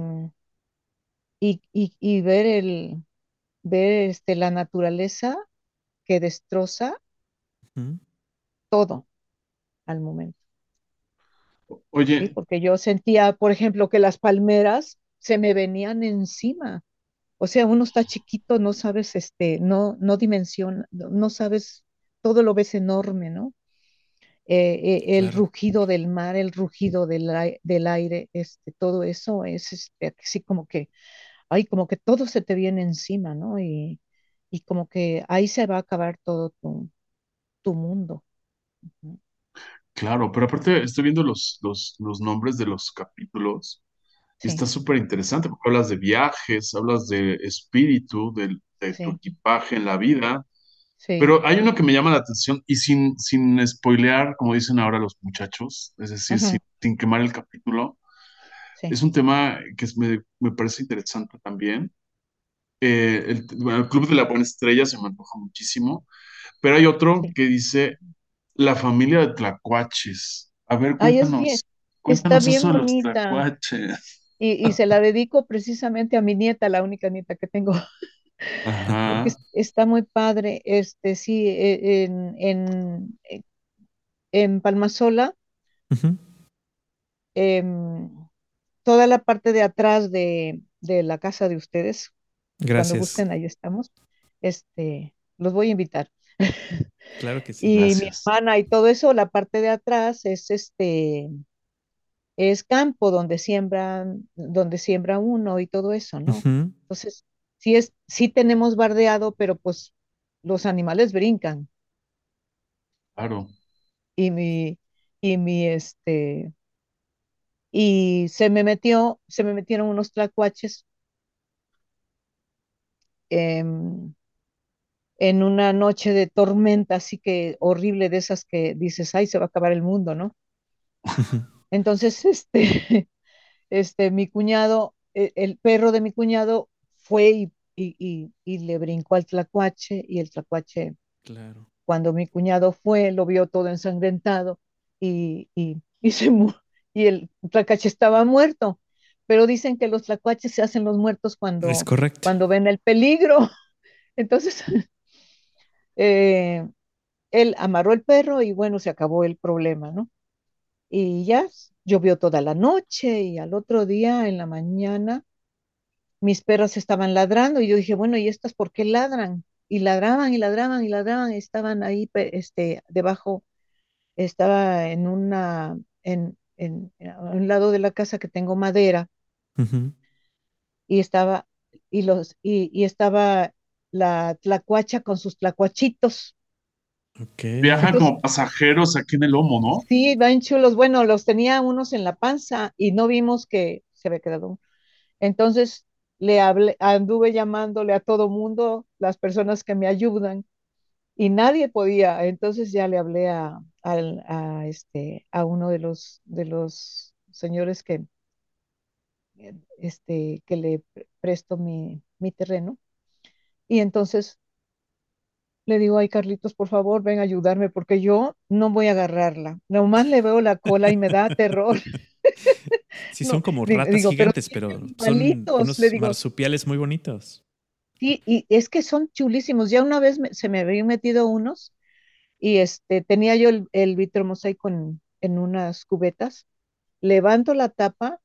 y ver ver la naturaleza que destroza Ujú, todo al momento, ¿sí? Oye, Porque yo sentía, por ejemplo, que las palmeras se me venían encima. O sea, uno está chiquito, no sabes, no dimensiona, no sabes, todo lo ves enorme, ¿no? El claro. rugido del mar, el rugido del aire, todo eso es así como que, ay, como que todo se te viene encima, ¿no? Y como que ahí se va a acabar todo tu mundo. Ujú. claro, pero aparte estoy viendo los nombres de los capítulos y Sí, está súper interesante porque hablas de viajes, hablas de espíritu, de tu sí, equipaje en la vida, sí. pero hay uno que me llama la atención y sin spoilear, como dicen ahora los muchachos, es decir, Ujú. sin quemar el capítulo, Sí, es un tema que me parece interesante también. Bueno, el Club de la Buena Estrella se me antoja muchísimo, pero hay otro sí. que dice La familia de Tlacuaches. A ver, Ay, es bien, está cuéntanos eso bien de los bonita. Tlacuaches. Y se la dedico precisamente a mi nieta, la única nieta que tengo, porque Ajá, está muy padre. Sí, en Palmasola, Ujú. em, toda la parte de atrás de la casa de ustedes, cuando Gracias. gusten, ahí estamos. Los voy a invitar. Claro que sí. Y mi gracias. hermana y todo eso, la parte de atrás es campo donde siembra uno y todo eso, ¿no? Ujú, Entonces, sí tenemos bardeado, pero pues los animales brincan Claro. y y mi, y se me metieron unos tlacuaches em, en una noche de tormenta, así que horrible de esas que dices, ay, se va a acabar el mundo, ¿no? ujú. Entonces, mi cuñado, el perro de mi cuñado fue y le brincó al tlacuache y el tlacuache, Claro. cuando mi cuñado fue, lo vio todo ensangrentado y y el tlacuache estaba muerto. Pero dicen que los tlacuaches se hacen los muertos Es correcto. cuando ven el peligro. Entonces, eh, él amarró el perro y bueno, se acabó el problema, ¿no? Y ya llovió toda la noche y al otro día en la mañana mis perros estaban ladrando y yo dije, bueno, ¿y estas por qué ladran? Y ladraban y ladraban y ladraban, y estaban ahí, debajo, estaba a un lado de la casa que tengo madera Ujú. y y estaba la tlacuacha con sus tlacuachitos. Ok. Viajan Entonces, como pasajeros aquí en el lomo, ¿no? sí, van chulos. Bueno, los tenía unos en la panza y no vimos que se había quedado. Entonces anduve llamándole a todo mundo, las personas que me ayudan, y nadie podía. Entonces ya le hablé a uno de los señores que le presto mi terreno. Y entonces le digo, ay, Carlitos, por favor, ven a ayudarme porque yo no voy a agarrarla. Nomás le veo la cola y me da terror. Sí, son No, como ratas digo, pero gigantes, tiene pero son animalitos. Le unos digo, marsupiales muy bonitos. sí, y es que son chulísimos. Ya una vez se me habían metido unos y tenía yo el vitromosaico en unas cubetas. Levanto la tapa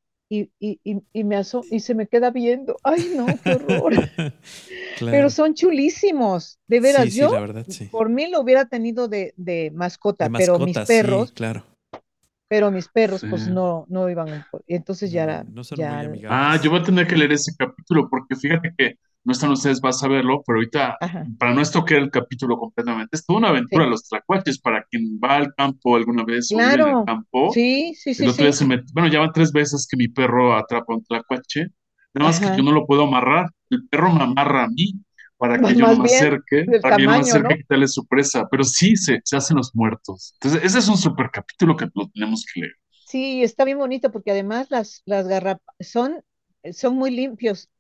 y se me queda viendo. Ay, no, qué horror. Pero Claro. son chulísimos. De Sí, veras, sí, yo la verdad, sí. por mí lo hubiera tenido de De mascota, mascotas, sí, claro. pero mis perros, Sí. pues no iban. Y entonces No, no son muy Yo amigables. voy a tener que leer ese capítulo porque fíjate que no están ustedes, vas a verlo, pero ahorita, ajá, para no estoquear el capítulo completamente, es toda una aventura sí, los tlacuaches para quien va al campo alguna vez o vive en el claro, campo. sí, sí, El sí, otro día sí, bueno, ya van 3 veces que mi perro atrapa un tlacuache, nada más que yo ajá. no lo puedo amarrar. El perro me amarra a mí para que yo no Más me bien acerque, del para que yo no me tamaño, acerque a ¿no? quitarle su presa, pero sí se hacen los muertos. Entonces, ese es un super capítulo que lo tenemos que leer. Sí, está bien bonito porque además las garrapatas son muy limpios.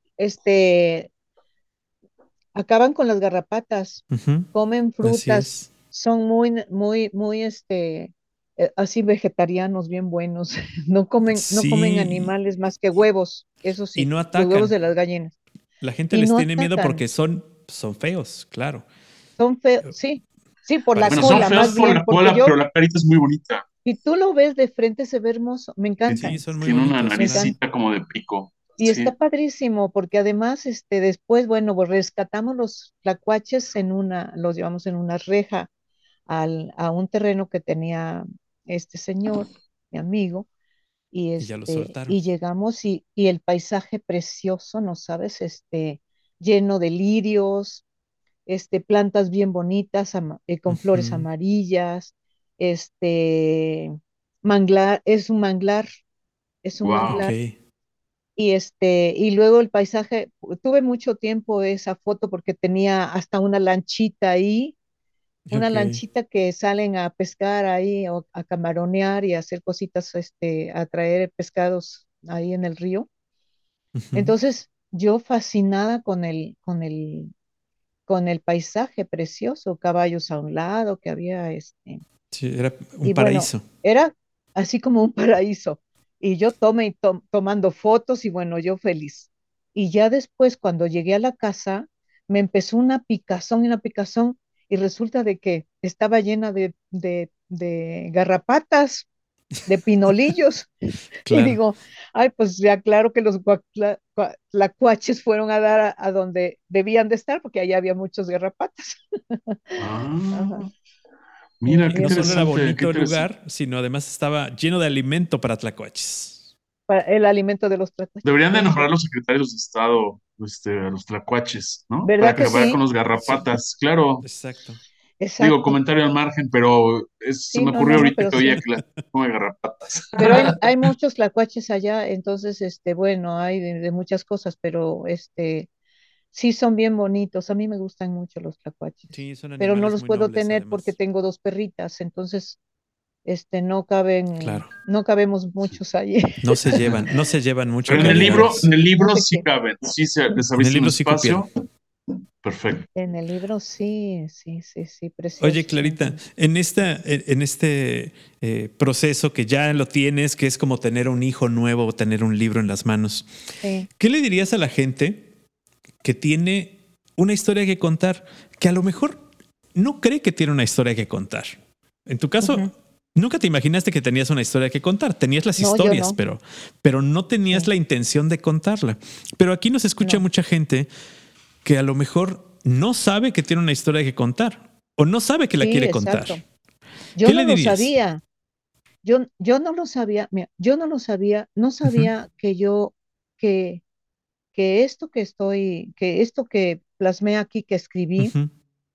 Acaban con las garrapatas, Ujú, comen así frutas, es. son muy, así vegetarianos, bien buenos. No comen Sí, animales más que huevos, eso y sí, no los huevos atacan. de las gallinas. La gente Y les no tiene miedo atacan, porque son feos, claro. son feos, sí, sí, por la Bueno, son cola, feos más por bien, la porque cola, pero yo, la carita es muy bonita. si tú lo ves de frente, se ve hermoso, me Sí, encantan, son muy Tiene una bonitos, me claro. encantan. naricita como de pico. Y Sí. está padrísimo, porque además, después, bueno, pues rescatamos los tlacuaches los llevamos en una reja a un terreno que tenía este señor, mi amigo, y Y ya lo y soltaron. llegamos y el paisaje precioso, ¿no sabes? Lleno de lirios, plantas bien bonitas, con flores Ujú. amarillas, este manglar, es un Wow. Ok, manglar y luego el paisaje, tuve mucho tiempo esa foto porque tenía hasta una lanchita ahí, una ok. lanchita que salen a pescar ahí o a camaronear y a hacer cositas, a traer pescados ahí en el río. Ujú. Entonces, yo fascinada con el paisaje precioso, caballos a un lado que había, Sí, era un y bueno, paraíso. era así como un paraíso. Y yo tomando fotos y bueno, yo feliz. Y ya después, cuando llegué a la casa, me empezó una picazón, y resulta de que estaba llena de garrapatas, de pinolillos. Y Claro. digo, ay, pues ya claro que los tlacuaches fueron a dar a donde debían de estar, porque allá había muchos garrapatas. Ajá. Ah, mira, Y qué no solo era interesante, qué bonito el interesante. lugar, sino además estaba lleno de alimento para tlacuaches. Para el alimento de los tlacuaches, Deberían de eso. nombrar los secretarios de Estado, a los tlacuaches, ¿no? Para ¿Verdad que acabar con sí? los Sí, garrapatas. Claro, exacto. digo, Exacto. comentario al margen, pero se Sí, me no, ocurrió no, no, ahorita pero que oía sí. que la come garrapatas. Pero hay muchos tlacuaches allá, entonces, bueno, hay de muchas cosas, pero sí son bien bonitos. A mí me gustan mucho los tlacuaches, Sí, son pero no animales los muy puedo nobles, tener porque además. tengo dos perritas, entonces, Claro. no cabemos muchos allí. No se llevan mucho Pero en actividades. el libro No sé sí qué. caben, sí les En el abriste un libro sí cupieron. espacio. Perfecto. En el libro sí, sí, sí, sí, Oye, preciosos son Clarita, también. en este proceso que ya lo tienes, que es como tener un hijo nuevo o tener un libro en las manos, Sí. ¿qué le dirías a la gente que tiene una historia que contar, que a lo mejor no cree que tiene una historia que contar? En tu Ujú. caso, nunca te imaginaste que tenías una historia que contar. Tenías las No, yo historias, no. pero no tenías Sí, la intención de contarla. Pero aquí nos escucha no. mucha gente que a lo mejor no sabe que tiene una historia que contar o no sabe que la Sí, quiere contar. exacto. Yo ¿Qué no le lo dirías? sabía. Yo no lo sabía, mira, yo no lo sabía, no Ujú, sabía que, que esto que plasmé aquí, que escribí, ujú.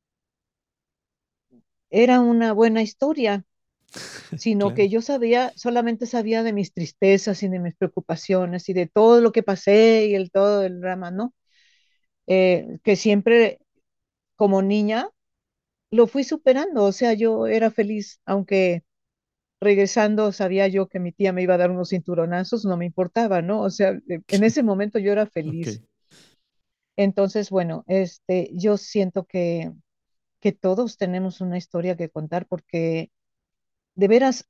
era una buena historia, sino Claro, que solamente sabía de mis tristezas y de mis preocupaciones y de todo lo que pasé y todo el drama, ¿no? Que siempre como niña lo fui superando, o sea, yo era feliz, aunque regresando sabía yo que mi tía me iba a dar unos cinturonazos, no me importaba, ¿no? O sea, en ese momento yo era Ok, feliz. Entonces, bueno, yo siento que todos tenemos una historia que contar porque de veras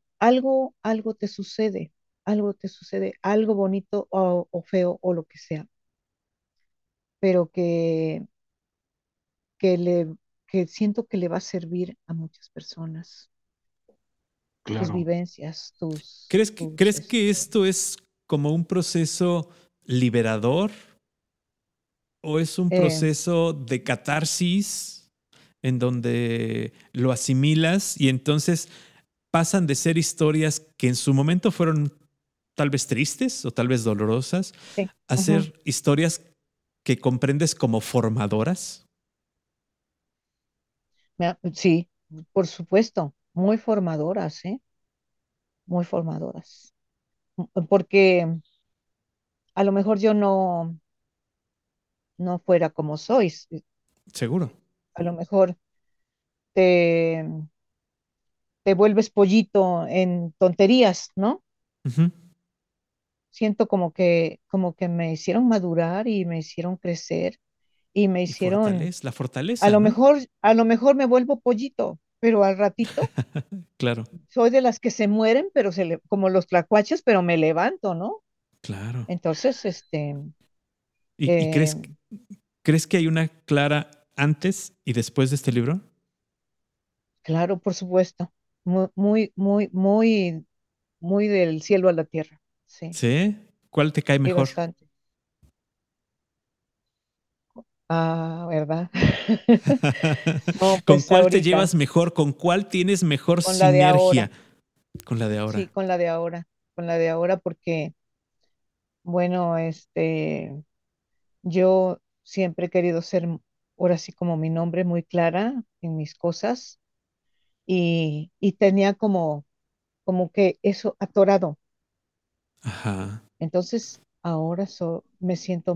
algo te sucede, algo bonito o feo o lo que sea, pero que le, que siento que le va a servir a muchas personas, tus Claro, vivencias, ¿crees que esto es como un proceso liberador o es un eh, proceso de catarsis en donde lo asimilas y entonces pasan de ser historias que en su momento fueron tal vez tristes o tal vez dolorosas sí, a ujú. ser historias que comprendes como formadoras? Sí, por supuesto, muy formadoras, ¿eh? Muy formadoras. Porque a lo mejor yo no fuera como sois, Seguro. a lo mejor te, te vuelves pollito en tonterías, ¿no? Ujú. Siento como que me hicieron madurar y me hicieron crecer y me Y hicieron, la fortaleza, ¿no? a lo mejor me vuelvo pollito, pero al ratito Claro, soy de las que se mueren, pero como los tlacuaches, pero me levanto, ¿no? claro. Entonces, ¿Y eh, crees que hay una clara antes y después de este libro? claro, por supuesto, muy del cielo a la tierra, sí, ¿Sí? ¿Cuál te cae sí, mejor? bastante. Ah, ¿verdad? No, ¿Con pues cuál te ahorita, llevas mejor? ¿Con cuál tienes mejor con la de sinergia? ahora, Con la de sí, ahora. con la de ahora, porque, bueno, yo siempre he querido ser, ahora sí como mi nombre, muy clara en mis cosas y tenía como que eso atorado. Ajá, Entonces, ahora me siento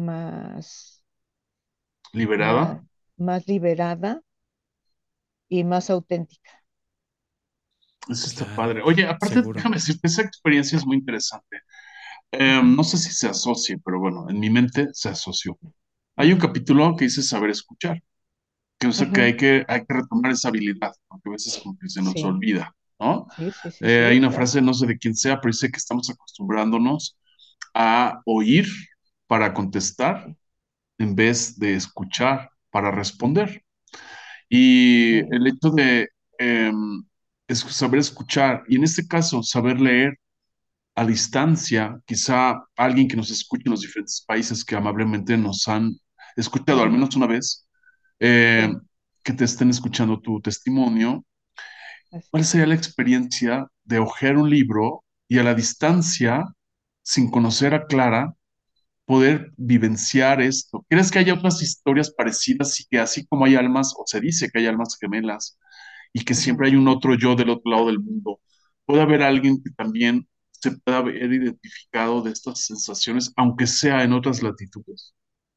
liberada. más, más liberada y más auténtica. Eso está claro, padre. Oye, aparte, seguro. déjame decirte, esa experiencia es muy interesante. Ujú, No sé si se asocie, pero bueno, en mi mente se asoció. Hay un ujú, capítulo que dice saber escuchar, que o sea que ujú. hay que retomar esa habilidad, porque a veces como que se nos Sí, olvida, ¿no? sí, sí, sí, Hay sí, una claro. frase, no sé de quién sea, pero dice que estamos acostumbrándonos a oír para contestar Sí, en vez de escuchar para responder. Y sí, el hecho de saber escuchar, y en este caso saber leer a distancia, quizá alguien que nos escuche en los diferentes países que amablemente nos han escuchado al ujú, menos una vez, eh, sí, que te estén escuchando tu testimonio. así ¿Cuál es. sería la experiencia de hojear un libro y a la distancia, sin conocer a Clara, poder vivenciar esto? ¿Crees que haya otras historias parecidas y que así como hay almas, o se dice que hay almas gemelas, y que Ujú. siempre hay un otro yo del otro lado del mundo, puede haber alguien que también se pueda ver identificado de estas sensaciones, aunque sea en otras latitudes?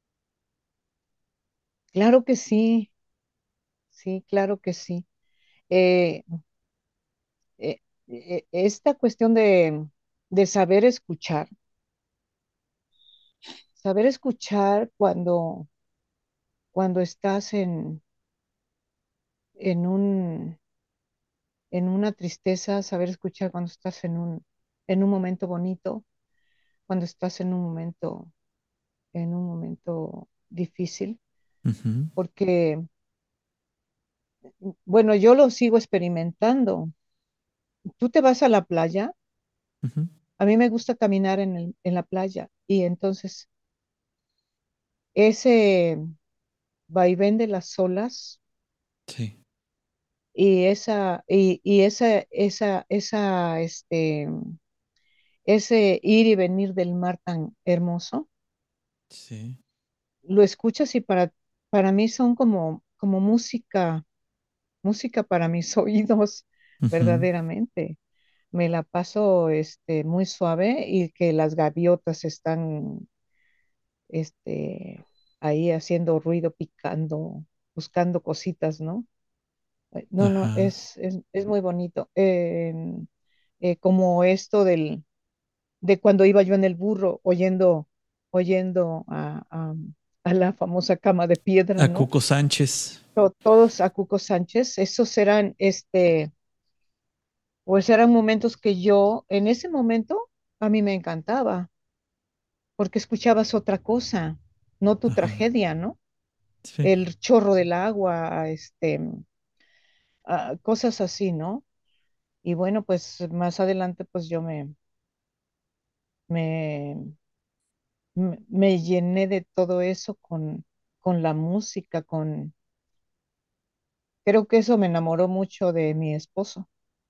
Claro que sí, sí, claro que sí. Eh, Esta cuestión de saber escuchar cuando estás en en una tristeza, saber escuchar cuando estás en un momento bonito, cuando estás en un momento difícil, Ujú, porque, bueno, yo lo sigo experimentando. Tú te vas a la playa, ujú. a mí me gusta caminar en la playa y entonces ese vaivén de las olas Sí. y ese ir y venir del mar tan hermoso, Sí. lo escuchas y para mí son como música para mis oídos, Ujú. verdaderamente. Me la paso muy suave y que las gaviotas están este, ahí haciendo ruido, picando, buscando cositas, ¿no? No, no, Ajá. es muy bonito. como esto de cuando iba yo en el burro oyendo a la famosa cama de piedra, A ¿no? Cuco Sánchez. Todos a Cuco Sánchez, esos eran, pues eran momentos que yo, en ese momento, a mí me encantaba, porque escuchabas otra cosa, no tu Ajá. tragedia, ¿no? Sí. El chorro del agua, cosas así, ¿no? Y bueno, pues más adelante, pues yo me, me llené de todo eso con la música, creo que eso me enamoró mucho de mi esposo,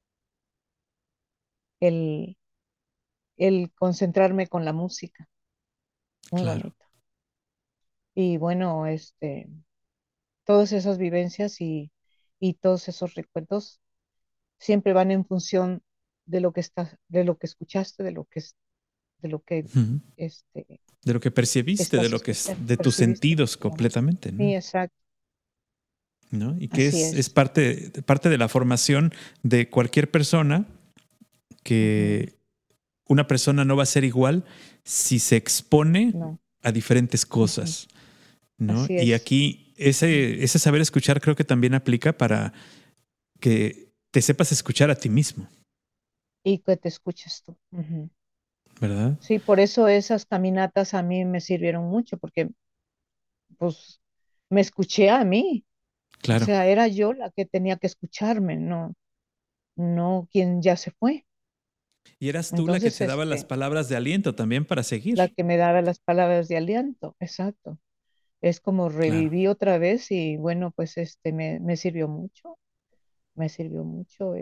el, el concentrarme con la música, muy Claro. bonito. Y bueno, todas esas vivencias y todos esos recuerdos siempre van en función de lo que escuchaste, de lo que Ujú. este, De lo que percibiste, de estás lo que es, escuchando, de tus percibiste. sentidos Claro. completamente, Sí, ¿no? exacto, ¿No? Y que así es es. parte de la formación de cualquier persona, Ujú. que una persona no va a ser igual si se expone No, a diferentes ujú, cosas, ¿no? así Y es. aquí Ujú. ese saber escuchar creo que también aplica para que te sepas escuchar a ti mismo, Y que te escuches tú. Ujú. ¿verdad? Sí, por eso esas caminatas a mí me sirvieron mucho, porque pues me escuché a mí. O Claro. sea, era yo la que tenía que escucharme, no quien ya se fue. Y eras tú la que Entonces, te daba las palabras de aliento también para la seguir. que me daba las palabras de aliento, exacto. Es como Claro. reviví otra vez y bueno, pues me sirvió mucho, me sirvió mucho,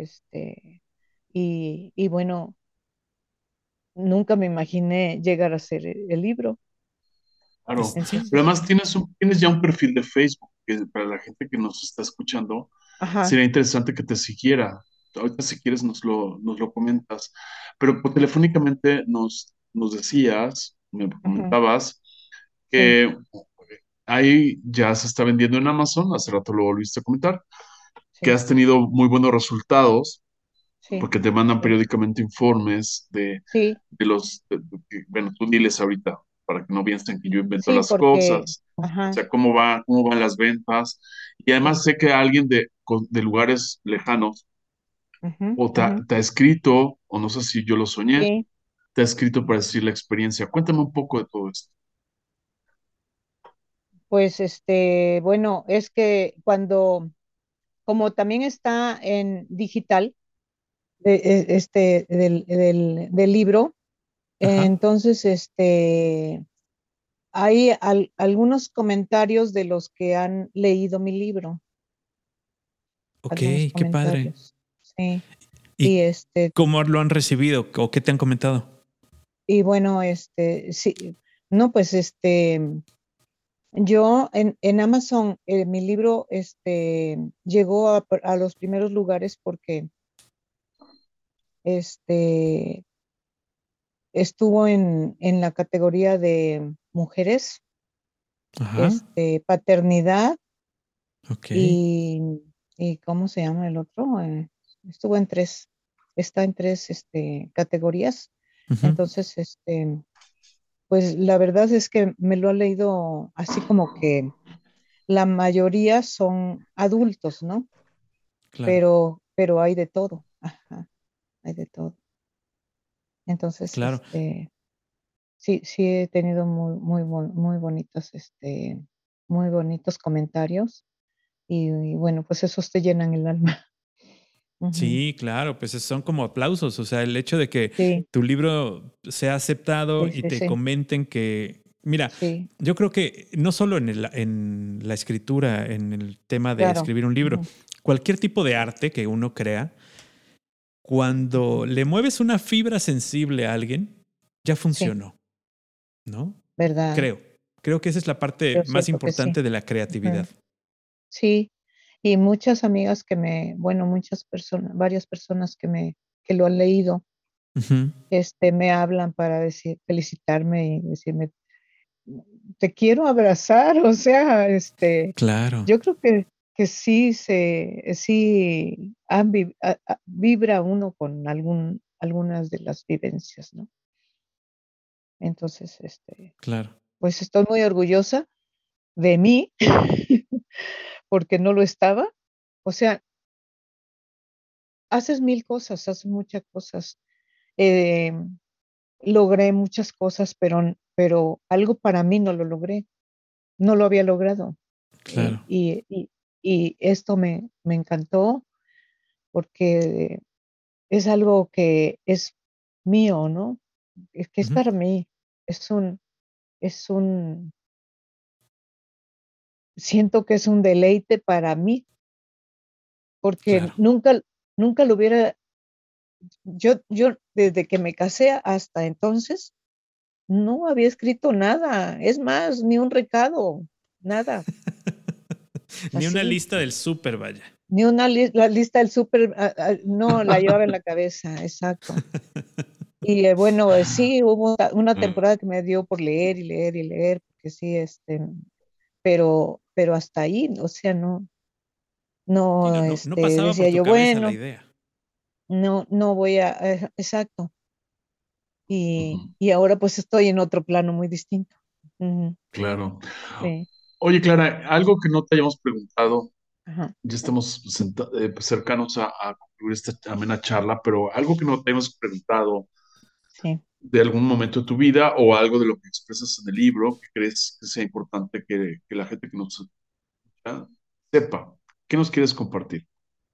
y bueno, nunca me imaginé llegar a hacer el libro. Claro, Sí, pero Entonces, además tienes ya un perfil de Facebook, que para la gente que nos está escuchando, ajá, sería interesante que te siguiera. Ahorita si quieres nos lo comentas, pero pues, telefónicamente nos decías, me ajá, comentabas, sí, que ahí ya se está vendiendo en Amazon, hace rato lo volviste a comentar, que sí, has tenido muy buenos resultados, sí, porque te mandan sí, periódicamente informes sí, bueno, tú diles ahorita, para que no piensen que yo invento sí, las porque, cosas, o ajá, sea, cómo van las ventas. Y sí, además sé que alguien de lugares lejanos, ujú, o ujú, te ha escrito, o no sé si yo lo soñé, sí. te ha escrito para decir la experiencia. Cuéntame un poco de todo esto. Pues bueno, es que como también está en digital, del libro, ajá. entonces hay algunos comentarios de los que han leído mi libro, Ok, algunos qué padre. comentarios, sí, y ¿Y cómo lo han recibido o qué te han comentado? y bueno, sí, no, pues yo en Amazon, mi libro, llegó a los primeros lugares porque, este, estuvo en la categoría de mujeres, Ajá. paternidad Ok. y, y ¿cómo se llama el otro? Estuvo está en tres, categorías. Ujú. Entonces, pues la verdad es que me lo ha leído así como que la mayoría son adultos, ¿no? Claro, Pero hay de todo. Ajá, hay de todo. Entonces, claro. sí, sí he tenido muy bonitos comentarios y bueno, pues esos te llenan el alma. Ujú. Sí, claro, pues son como aplausos, o sea, el hecho de que Sí, tu libro sea aceptado sí, y sí, te sí, comenten que, mira, sí, yo creo que no solo en la escritura, en el tema de claro. escribir un libro, Ujú. cualquier tipo de arte que uno crea, cuando le mueves una fibra sensible a alguien, ya Sí, funcionó, ¿no? verdad. Creo, creo que esa es la parte Yo más siento que sí. importante de la creatividad. Ujú. Sí, y muchas amigas bueno, varias personas que lo han leído, Ujú. me hablan para felicitarme y decirme, te quiero abrazar, o sea, Claro, yo creo que sí sí vibra uno con algunas de las vivencias, ¿no? Entonces, Claro. pues estoy muy orgullosa de mí porque no lo estaba. O sea, haces mil cosas, haces muchas cosas. Em, Logré muchas cosas, pero algo para mí no lo logré, no lo había logrado. Claro. Y esto me encantó porque es algo que es mío, ¿no? Es que es Ujú. para mí, es un, siento que es un deleite para mí, porque Claro. nunca lo hubiera, yo desde que me casé hasta entonces, no había escrito nada, es más, ni un recado, nada, Ni una así, lista del súper, vaya. ni la lista del súper, no la llevaba en la cabeza, exacto. Y bueno, sí, hubo una temporada que me dio por leer y leer y leer, porque sí, pero hasta ahí, o sea, no, Sí, no, no pasaba por decía tu yo, cabeza la bueno, idea. no voy a, exacto. Ujú, Y ahora pues estoy en otro plano muy distinto. Ujú, claro. sí, Oye, Clara, algo que no te hayamos preguntado, ajá, ya estamos pues, cercanos a concluir esta amena charla, pero algo que no te hemos preguntado sí. de algún momento de tu vida o algo de lo que expresas en el libro que crees que sea importante que la gente que nos escucha sepa. ¿Qué nos quieres compartir?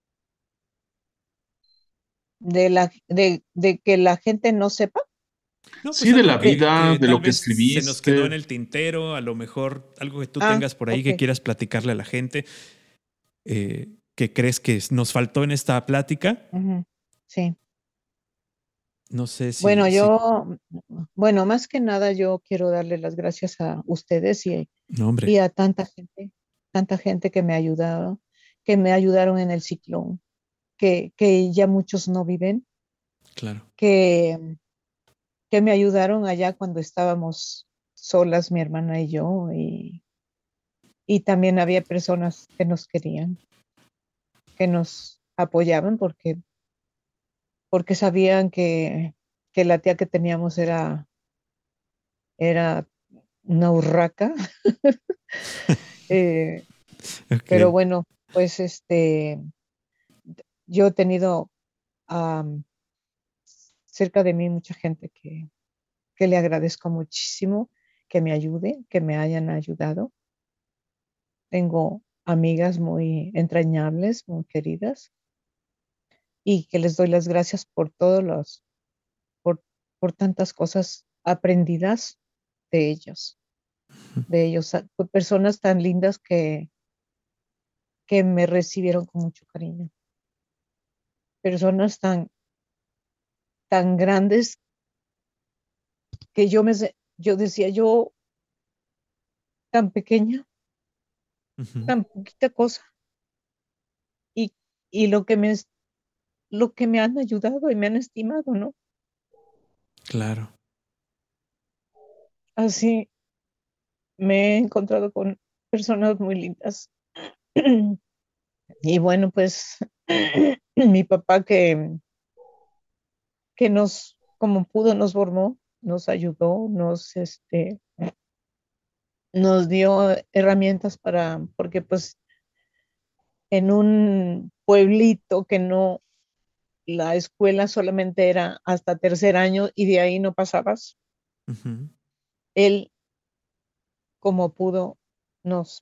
De que la gente no sepa, No, pues Sí, de la algo de, vida, que de tal lo que vez se nos quedó en escribiste. el tintero, a lo mejor algo que tú tengas por ahí ok, que quieras platicarle a la gente, que crees que nos faltó en esta plática. ujú, sí. No sé Bueno, si... bueno, más que nada yo quiero darle las gracias a ustedes No, y hombre, a tanta gente que me ayudaron en el ciclón, que ya muchos no viven, claro. que, que me ayudaron allá cuando estábamos solas, mi hermana y yo, y también había personas que nos querían, que nos apoyaban porque sabían que la tía que teníamos era una urraca. Eh, pero Ok. bueno, pues yo he tenido am, cerca de mí mucha gente que le agradezco muchísimo que me ayude, que me hayan ayudado. Tengo amigas muy entrañables, muy queridas, y que les doy las gracias por, por tantas cosas aprendidas de ellos, personas tan lindas que me recibieron con mucho cariño, personas tan grandes que yo decía, yo tan pequeña, Ujú. tan poquita cosa, y, y lo que me han ayudado y me han estimado, ¿no? Claro. Así me he encontrado con personas muy lindas. Y bueno, pues mi papá que como pudo, nos formó, nos ayudó, nos dio herramientas porque pues en un pueblito que no, la escuela solamente era hasta tercer año y de ahí no pasabas. Ujú. Él, como pudo, nos,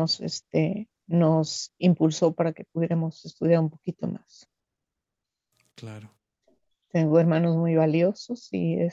nos impulsó para que pudiéramos estudiar un poquito más. Claro. Tengo hermanos muy valiosos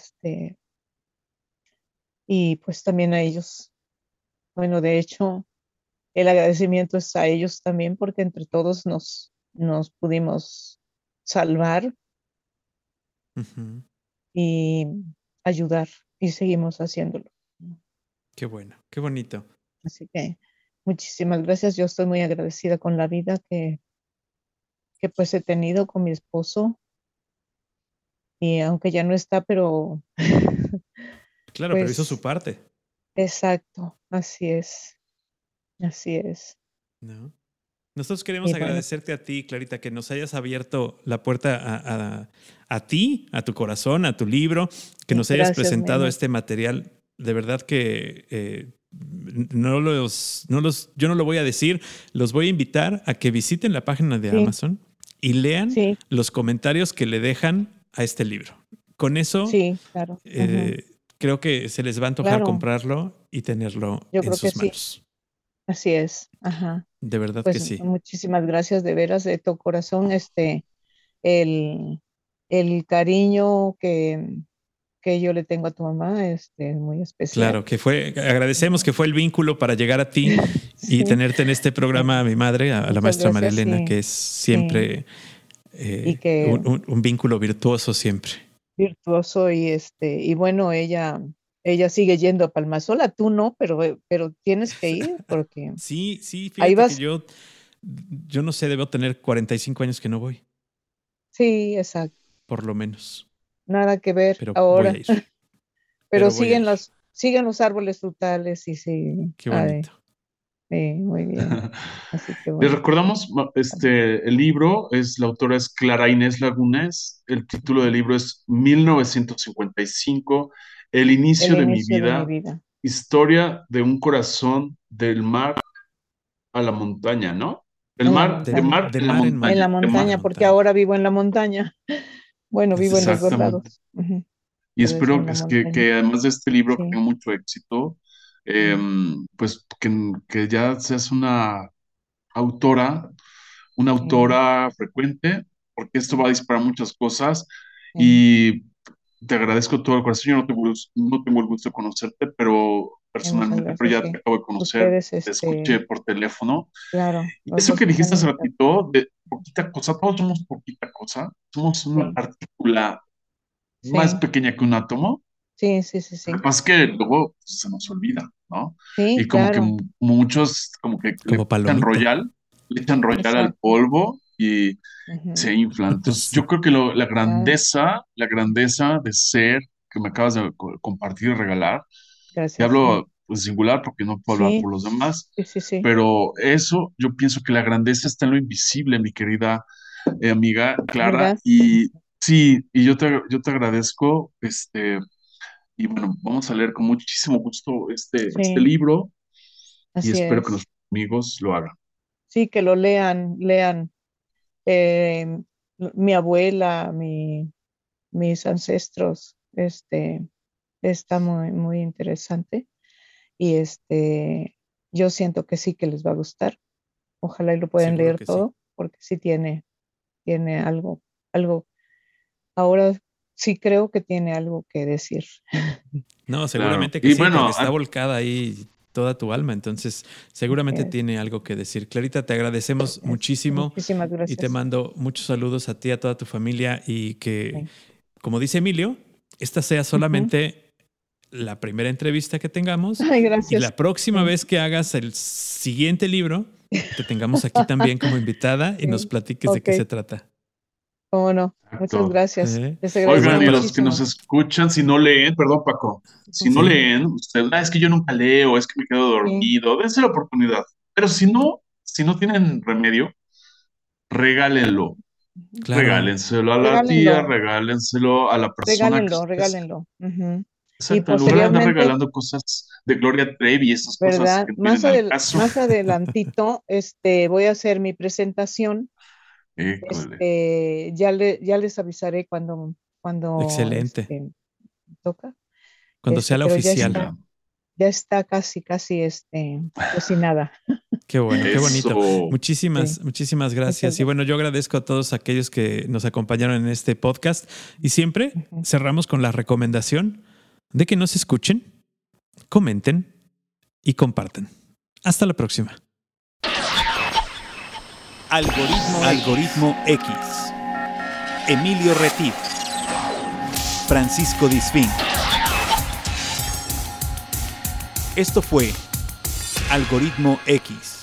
y pues también a ellos. Bueno, de hecho, el agradecimiento es a ellos también porque entre todos nos pudimos salvar Ujú. y ayudar y seguimos haciéndolo. Qué bueno, qué bonito. Así que muchísimas gracias. Yo estoy muy agradecida con la vida que pues he tenido con mi esposo y aunque ya no está, pero Claro, pero hizo su pues parte, exacto, así es, así es. ¿no? Nosotros queremos Y bueno, agradecerte a ti, Clarita, que nos hayas abierto la puerta a ti, a tu corazón, a tu libro, que nos hayas gracias, presentado Memo. este material. De verdad que yo no lo voy a decir, los voy a invitar a que visiten la página de Sí, Amazon y lean sí, los comentarios que le dejan a este libro. Con eso, sí, claro. Ujú. creo que se les va a antojar Claro, comprarlo y tenerlo yo en creo que sus sí. manos. Así es. Ajá. De verdad que Pues sí. muchísimas gracias de veras de todo corazón, el, el cariño que yo le tengo a tu mamá, es muy especial. Claro, agradecemos que fue el vínculo para llegar a ti y Sí, tenerte en este programa, a mi madre, a la muchas maestra María gracias, Elena, sí, que es sí. siempre Y que un vínculo virtuoso siempre. virtuoso y bueno, ella sigue yendo a Palmasola, tú no, pero tienes que ir porque Sí, sí, ahí fíjate que vas. yo no sé, debo tener 45 años que no voy, Sí, exacto. por lo menos, Nada que ver pero voy a ahora, ir, pero pero voy a ir. siguen los árboles frutales y sí, Qué ay, bonito. muy bien. Así que Les bueno. recordamos, el libro la autora es Clara Inés Lagunes, el título del Ujú. libro es 1955, El inicio El de mi inicio de mi vida, vida. historia de un corazón del mar a la montaña, ¿no? Del En la mar, de montaña. mar De en la mar en En montaña, la mar, de en mar. la montaña, porque montaña. ahora vivo en la montaña. Bueno, vivo en los dos Exactamente. lados. Ujú. Y Pero es espero en la que montaña. además de este libro que Sí. tenga mucho éxito, Mm, pues que ya seas autora, una sí, autora frecuente, porque esto va a disparar muchas cosas sí. y te agradezco todo el corazón. Yo no tengo el gusto de conocerte, pero Muchas personalmente, pero gracias, ya te sí. acabo de conocer, Ustedes, te escuché por teléfono. claro, Y los eso dos que dijiste hace amistad. ratito, de poquita cosa, todos somos poquita cosa, somos una Sí, partícula más sí, pequeña que un átomo. sí, sí, sí, Lo que sí. pasa es que luego pues, se nos olvida, ¿no? Sí, Y como que claro. muchos como que como palomita. le echan royal al Exacto. polvo y Ujú. se inflan. Entonces yo Sí, creo que Claro. la grandeza de ser que me acabas de compartir y regalar, te Gracias, sí. hablo pues, singular porque no puedo hablar Sí, por los demás, sí, sí, sí. pero eso yo pienso que la grandeza está en lo invisible, mi querida amiga Clara, ¿Verdad? y sí, y yo te agradezco, y bueno, vamos a leer con muchísimo gusto este Sí, libro y así espero que es. nuestros amigos lo hagan. Sí, que lo lean. eh, Mi abuela, mis ancestros, está muy, muy interesante y yo siento que sí que les va a gustar. Ojalá y lo puedan seguro leer que sí. todo, porque sí tiene algo. Ahora sí creo que tiene algo que decir. No, Claro. seguramente que Y sí, porque bueno, está volcada ahí toda tu alma, entonces Así seguramente es. tiene algo que decir. Clarita, te agradecemos muchísimo Muchísimas y te gracias. mando muchos saludos a ti, a toda tu familia y que, Sí. como dice Emilio, esta sea Ujú. solamente la primera entrevista que tengamos Ay, y gracias. la próxima Sí, vez que hagas el siguiente libro, te tengamos aquí también como invitada y nos sí. platiques de Ok, qué se trata. cómo no. Muchas exacto. gracias. ¿Eh? Les agradezco Oigan, Bueno, y para los que nos muchísimo. escuchan, si no leen, perdón, Paco, si no sí, leen, usted, es que yo nunca leo, es que me quedo Sí, dormido, dense la oportunidad. Pero si no tienen remedio, regálenlo. ujú. claro. Regálenselo a la tía, Regálenlo, regálenselo a la persona que regálenlo, ustedes. regálenlo. Ujú. Y Exacto, en lugar de andar posteriormente, regalando cosas de Gloria Trevi, esas cosas ¿verdad? que no vienen al caso. Más adelantito, voy a hacer mi presentación. Híjole, Ya les avisaré cuando Excelente. toca. Cuando sea la Pero oficial. venga, ya está casi, casi, cocinada. Qué bueno, qué bonito. eso. Sí, Muchísimas muchas gracias. Y bueno, gracias. yo agradezco a todos aquellos que nos acompañaron en este podcast y siempre Ujú. cerramos con la recomendación de que nos escuchen, comenten y compartan. Hasta la próxima. Algoritmo X. Emilio Retif. Francisco Disfín. Esto fue Algoritmo X.